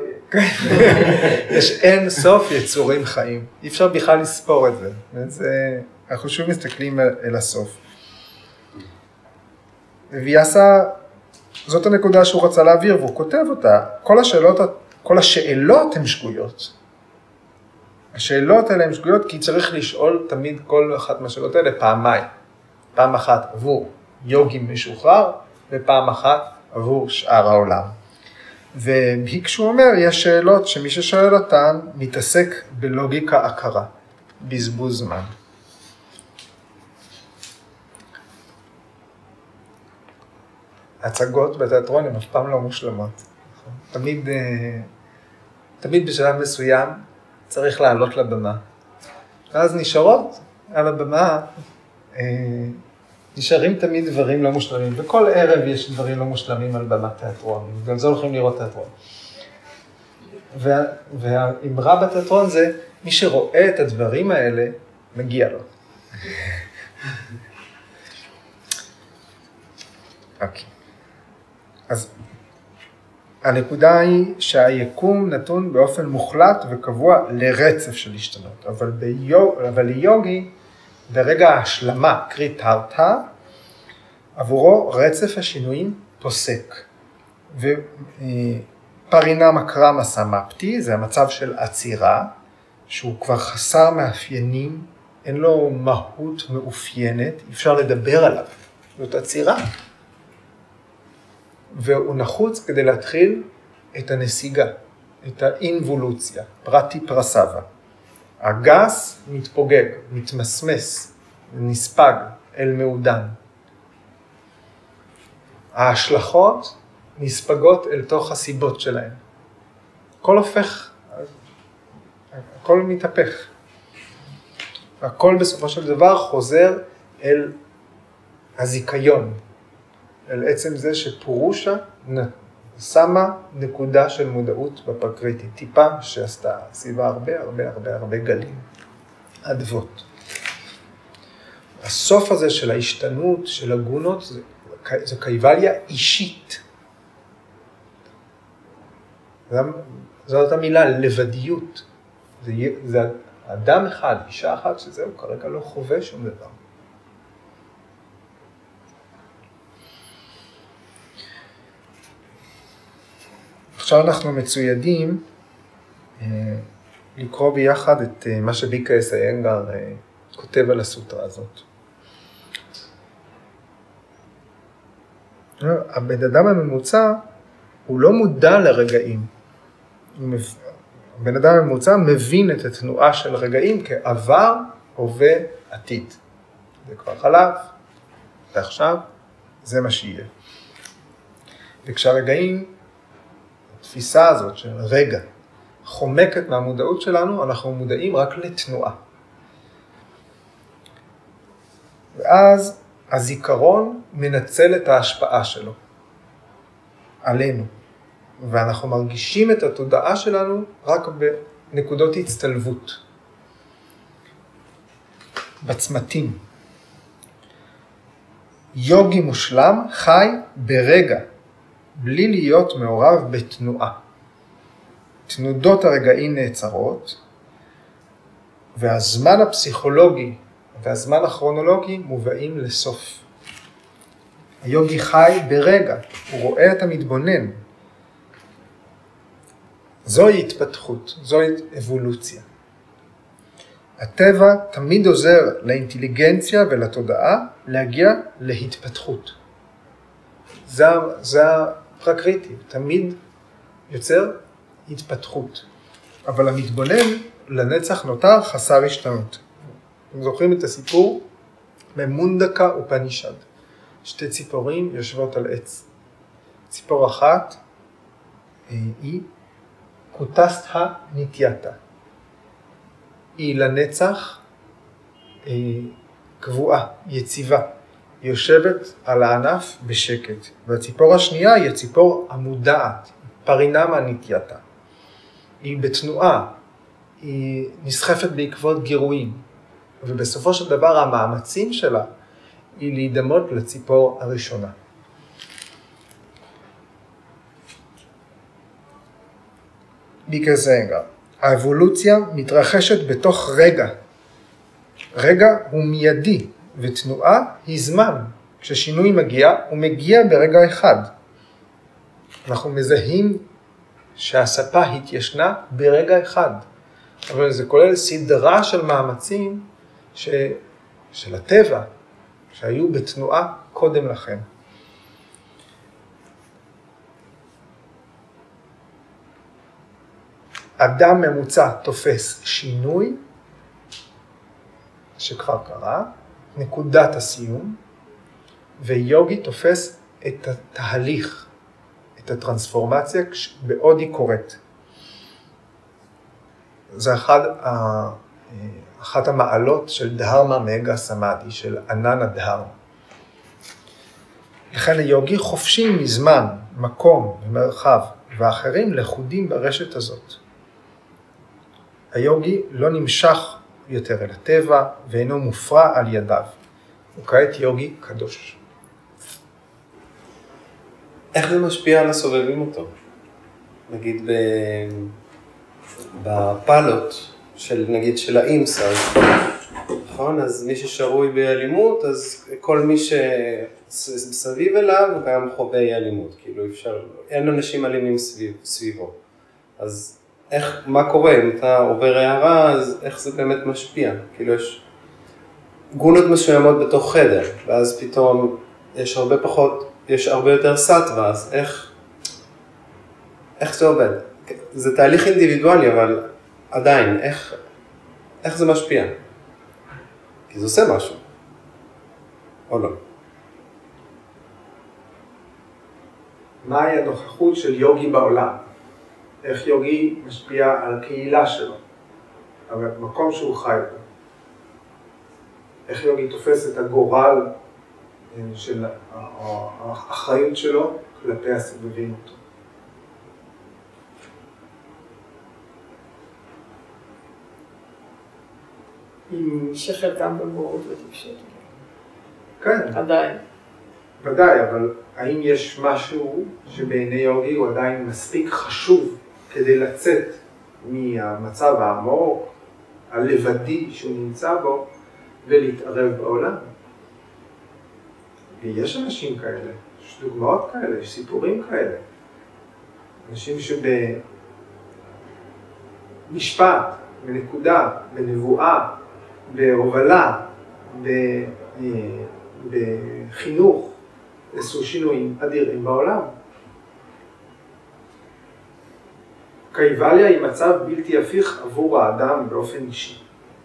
יש אין סוף יצורים חיים. אי אפשר בכלל לספור את זה. וזה, אנחנו שוב מסתכלים אל הסוף. ויאסה, זאת הנקודה שהוא רצה להעביר, והוא כותב אותה. כל השאלות, כל השאלות הן שגויות. השאלות האלה הן שגויות, כי צריך לשאול תמיד כל אחת מהשאלות האלה פעמיים. פעם אחת עבור יוגי משוחרר, ופעם אחת עבור שאר העולם. וכשהוא אומר, יש שאלות שמי ששואל אותן מתעסק בלוגיקה עקרה, בזבוז זמן. הצגות בתיאטרון הן אף פעם לא מושלמות. תמיד, תמיד בשלב מסוים צריך לעלות לבמה. ואז נשארות על הבמה, נשארים תמיד דברים לא מושלמים, וכל ערב יש דברים לא מושלמים על במת תיאטרון, גם זה הולכים לראות תיאטרון. וה, והאמרה בתיאטרון זה, מי שרואה את הדברים האלה, מגיע לו. אוקיי. אז הנקודה היא שהיקום נתון באופן מוחלט וקבוע לרצף של השתנות, אבל, ביוג, אבל ליוגי, ברגע ההשלמה, קרי תרתא, עבורו רצף השינויים פוסק. ופרינמה קרמה סמפטי, זה המצב של עצירה, שהוא כבר חסר מאפיינים, אין לו מהות מאופיינת, אפשר לדבר עליו, זאת עצירה. והוא נחוץ כדי להתחיל את הנסיגה, את האינבולוציה, פרטי פרסבה. הגס מתפוגג, מתמסמס, נספג אל מעודן. ההשלכות נספגות אל תוך הסיבות שלהן. הכל הופך, הכל מתהפך. הכל בסופו של דבר חוזר אל הזיכיון, אל עצם זה שפורושה שמה נקודה של מודעות בפרקריטי, טיפה שעשתה סביבה הרבה הרבה הרבה הרבה גלים, אדוות. הסוף הזה של ההשתנות, של הגונות, זה, זה קייבליה אישית. זאת המילה לבדיות. זה, זה אדם אחד, אישה אחת, שזהו כרגע לא חווה שום דבר. עכשיו אנחנו מצוידים אה, לקרוא ביחד את אה, מה שביקס איינגר אה, כותב על הסוטרה הזאת. הבן אדם הממוצע הוא לא מודע לרגעים. הבן אדם הממוצע מבין את התנועה של רגעים כעבר, הווה, עתיד. זה כבר חלף, ועכשיו זה מה שיהיה. וכשהרגעים, התפיסה הזאת של רגע, חומקת מהמודעות שלנו, אנחנו מודעים רק לתנועה. ואז הזיכרון מנצל את ההשפעה שלו עלינו. ואנחנו מרגישים את התודעה שלנו רק בנקודות הצטלבות. בצמתים. יוגי מושלם חי ברגע, בלי להיות מעורב בתנועה. תנודות הרגעים נעצרות, והזמן הפסיכולוגי והזמן הכרונולוגי מובאים לסוף. היוגי חי ברגע, הוא רואה את המתבונן. זוהי התפתחות, זוהי אבולוציה. הטבע תמיד עוזר לאינטליגנציה ולתודעה להגיע להתפתחות. זה, זה הפרקריטי, תמיד יוצר התפתחות. אבל המתבונן לנצח נותר חסר השתנות. אתם זוכרים את הסיפור? ממונדקה ופנישד. שתי ציפורים יושבות על עץ. ציפור אחת היא קוטסטה ניטייתה. היא לנצח היא קבועה, יציבה. היא יושבת על הענף בשקט. והציפור השנייה היא הציפור המודעת, פרינמה ניטייתה. היא בתנועה, היא נסחפת בעקבות גירויים. ובסופו של דבר המאמצים שלה היא להידמות לציפור הראשונה. בגלל זה גם, האבולוציה מתרחשת בתוך רגע. רגע הוא מיידי, ותנועה היא זמן. כששינוי מגיע, הוא מגיע ברגע אחד. אנחנו מזהים שהספה התיישנה ברגע אחד. אבל זה כולל סדרה של מאמצים ש... של הטבע, שהיו בתנועה קודם לכן. אדם ממוצע תופס שינוי שכבר קרה, נקודת הסיום, ויוגי תופס את התהליך, את הטרנספורמציה בעוד היא קורית. זה אחד, אחת המעלות של דהרמה מגה סמאדי, של עננה דהרמה. לכן היוגי חופשי מזמן, מקום ומרחב, ואחרים לכודים ברשת הזאת. היוגי לא נמשך יותר אל הטבע, ואינו מופרע על ידיו. הוא כעת יוגי קדוש. איך זה משפיע על הסובבים אותו? נגיד בפלות, של, נגיד של האימסה, נכון? אז מי ששרוי באלימות, אז כל מי שסביב אליו הוא גם חווה אלימות. כאילו אפשר, אין אנשים אלימים סביב, סביבו. אז איך, מה קורה? אם אתה עובר הערה, אז איך זה באמת משפיע? כאילו יש גונות מסוימות בתוך חדר, ואז פתאום יש הרבה פחות, יש הרבה יותר סטווה, אז איך, איך זה עובד? זה תהליך אינדיבידואלי, אבל עדיין, איך, איך זה משפיע? כי זה עושה משהו, או לא? מהי הנוכחות של יוגי בעולם? איך יוגי משפיע על הקהילה שלו, אבל במקום שהוא חי בו. איך יוגי תופס את הגורל של האחריות שלו כלפי הסובבים אותו. שחלקם בבורות וטיפשות. כן. עדיין. ודאי, אבל האם יש משהו שבעיני יוגי הוא עדיין מספיק חשוב כדי לצאת מהמצב העמוק, הלבדי שהוא נמצא בו, ולהתערב בעולם? ויש אנשים כאלה, יש דוגמאות כאלה, יש סיפורים כאלה. אנשים שבמשפט, בנקודה, בנבואה, בהובלה, בחינוך, עשו שינויים אדירים בעולם. קייבליה היא מצב בלתי הפיך עבור האדם באופן אישי.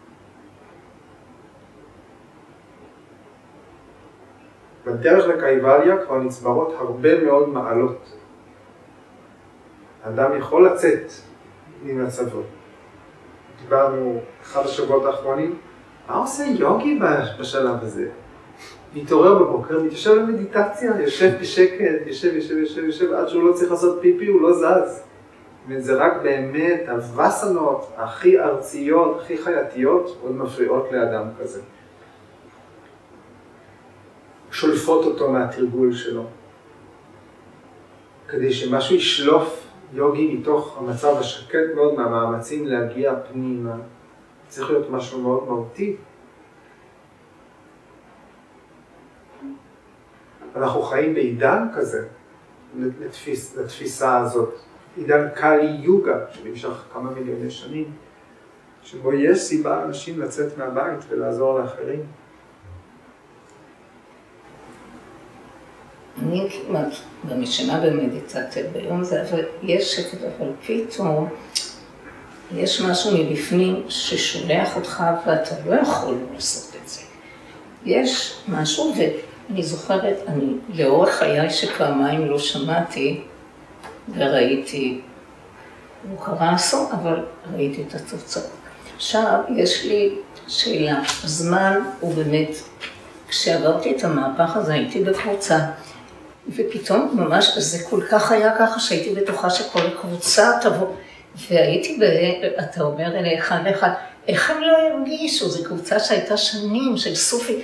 בדרך לקייבליה כבר נצברות הרבה מאוד מעלות. האדם יכול לצאת ממצבו. דיברנו אחד השבועות האחרונים, מה עושה יוגי בשלב הזה? מתעורר בבוקר, מתיישב במדיטציה, יושב בשקט, יושב, יושב, יושב, יושב, עד שהוא לא צריך לעשות פיפי, הוא לא זז. וזה רק באמת הווסנות הכי ארציות, הכי חייתיות, עוד מפריעות לאדם כזה. שולפות אותו מהתרגול שלו. כדי שמשהו ישלוף יוגי מתוך המצב השקט מאוד מהמאמצים להגיע פנימה. צריך להיות משהו מאוד מהותי. אנחנו חיים בעידן כזה, לתפיס, לתפיסה הזאת. עידן קאלי יוגה, שנמשך כמה מיליוני שנים, שבו יש סיבה לאנשים לצאת מהבית ולעזור לאחרים. אני כמעט במשנה במדיטציה ביום זה, אבל יש שקט, אבל פתאום יש משהו מבפנים ששולח אותך ואתה לא יכול לעשות את זה. יש משהו, ואני זוכרת, אני לאורך חיי שפעמיים לא שמעתי וראיתי, הוא קרה אסון, אבל ראיתי את התוצאות. עכשיו יש לי שאלה, הזמן הוא באמת, כשעברתי את המהפך הזה הייתי בקבוצה, ופתאום ממש זה כל כך היה ככה שהייתי בטוחה שכל קבוצה תבוא, והייתי, ב, אתה אומר אלה אחד לאחד, איך הם לא הרגישו, זו קבוצה שהייתה שנים של סופי,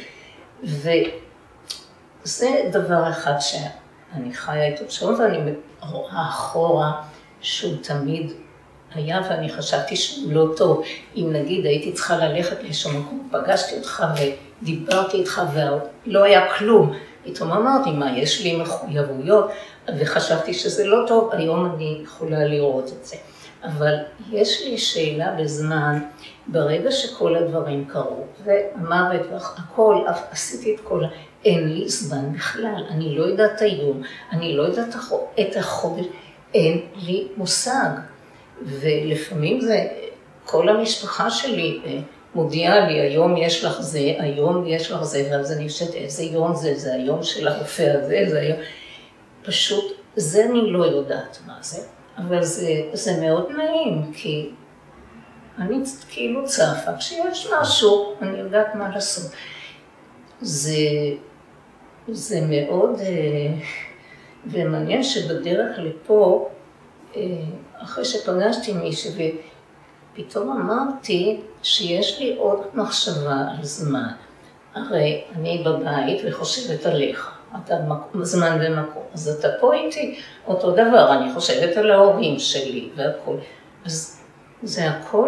וזה דבר אחד שאני חיה איתו עכשיו, ואני רואה אחורה שהוא תמיד היה, ואני חשבתי שהוא לא טוב. אם נגיד הייתי צריכה ללכת לאיזשהו מקום, פגשתי אותך ודיברתי איתך ולא היה כלום. פתאום אמרתי, מה, יש לי מחויבויות, וחשבתי שזה לא טוב, היום אני יכולה לראות את זה. אבל יש לי שאלה בזמן, ברגע שכל הדברים קרו, והמוות והכל, עשיתי את כל, אין לי זמן בכלל, אני לא יודעת היום, אני לא יודעת את החודש, אין לי מושג. ולפעמים זה, כל המשפחה שלי מודיעה לי, היום יש לך זה, היום יש לך זה, ואז אני חושבת, איזה יום זה, זה היום של הרופא הזה, זה היום, פשוט, זה אני לא יודעת מה זה, אבל זה, זה מאוד נעים, כי אני כאילו צפה, כשיש משהו, אני יודעת מה לעשות. זה, זה מאוד, ומעניין שבדרך לפה, אחרי שפגשתי מישהו, ופתאום אמרתי שיש לי עוד מחשבה על זמן. הרי אני בבית וחושבת עליך, אתה זמן ומקום, אז אתה פה איתי אותו דבר, אני חושבת על ההורים שלי והכל. אז זה הכל,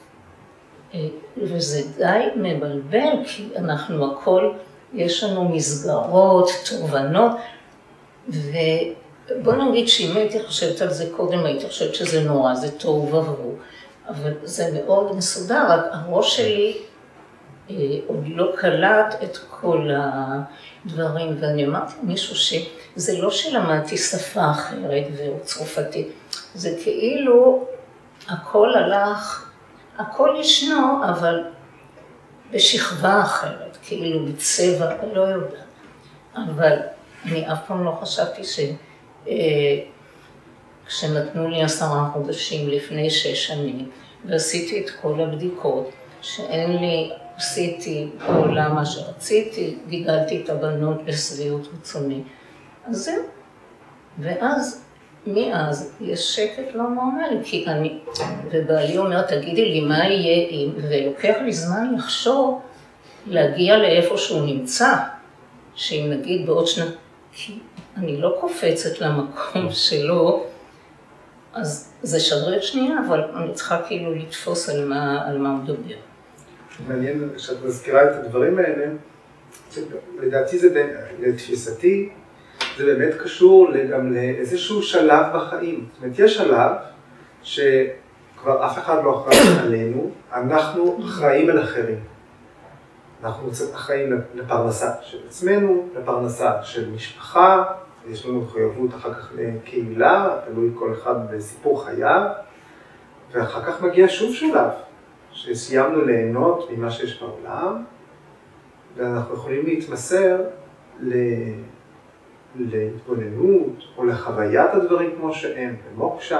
וזה די מבלבל, כי אנחנו הכל, יש לנו מסגרות, תובנות, ו... בוא נגיד שאם הייתי חושבת על זה קודם, הייתי חושבת שזה נורא, זה טוב ועברו, אבל זה מאוד מסודר, הראש שלי אה, עוד לא קלט את כל הדברים, ואני אמרתי למישהו שזה לא שלמדתי שפה אחרת והוא צרפתי, זה כאילו הכל הלך, הכל ישנו, אבל בשכבה אחרת, כאילו בצבע, לא יודעת, אבל אני אף פעם לא חשבתי ש... כשנתנו לי עשרה חודשים לפני שש שנים, ועשיתי את כל הבדיקות, שאין לי, עשיתי עולה מה שרציתי, גידלתי את הבנות בשביעות רצוני. אז זהו. ואז, מאז, יש שקט לא נורמלי, כי אני, ובעלי אומר, תגידי לי מה יהיה אם, ולוקח לי זמן לחשוב, להגיע לאיפה שהוא נמצא, שאם נגיד בעוד שנה, אני לא קופצת למקום שלו, אז זה שדרית שנייה, אבל אני צריכה כאילו לתפוס על מה, על מה הוא מדבר. מעניין שאת מזכירה את הדברים האלה, לדעתי זה, לתפיסתי, זה באמת קשור גם לאיזשהו שלב בחיים. זאת אומרת, יש שלב שכבר אף אחד לא אחראי עלינו, אנחנו אחראים על אחרים. אנחנו אחראים לפרנסה של עצמנו, לפרנסה של משפחה, יש לנו מחויבות אחר כך לקהילה, תלוי כל אחד בסיפור חייו, ואחר כך מגיע שוב שלב, שסיימנו ליהנות ממה שיש בעולם, ואנחנו יכולים להתמסר להתבוננות או לחוויית הדברים כמו שהם, במוקשה.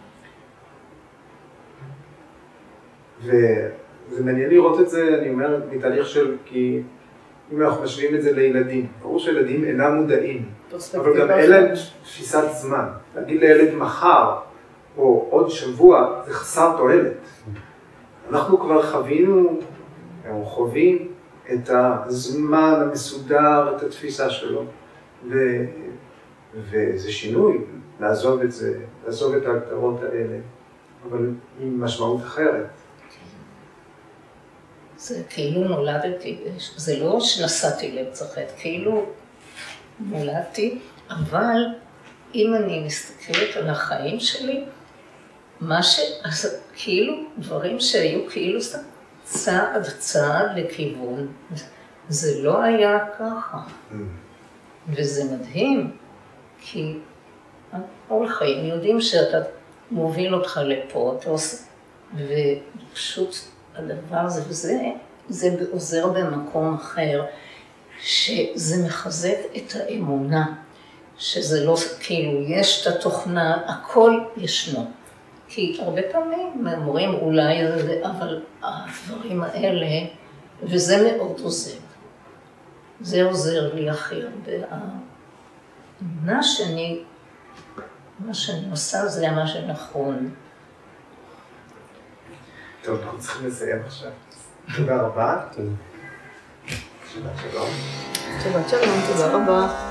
וזה מעניין לראות את זה, אני אומר, מתהליך של, כי אם אנחנו משווים את זה לילדים, ברור שילדים אינם מודעים, אבל גם אין להם תפיסת זמן. להגיד לילד מחר או עוד שבוע, זה חסר תועלת. אנחנו כבר חווינו, או חווים, את הזמן המסודר, את התפיסה שלו, ו... וזה שינוי, לעזוב את זה, לעזוב את ההגדרות האלה, אבל עם משמעות אחרת. זה כאילו נולדתי, זה לא שנסעתי לבצחת, כאילו נולדתי, אבל אם אני מסתכלת על החיים שלי, מה ש... אז כאילו דברים שהיו כאילו צעד צעד לכיוון, זה לא היה ככה. וזה מדהים, כי כל חיים יודעים שאתה מוביל אותך לפה, אתה עושה, ופשוט הדבר הזה, וזה זה עוזר במקום אחר, שזה מחזק את האמונה, שזה לא, כאילו, יש את התוכנה, הכל ישנו. כי הרבה פעמים אומרים אולי, אבל הדברים האלה, וזה מאוד עוזר. זה עוזר לי הכי הרבה. מה שאני, מה שאני עושה זה מה שנכון. טוב, אנחנו צריכים לסיים עכשיו. תודה רבה. תודה. שבת שלום. שבת שלום, תודה רבה.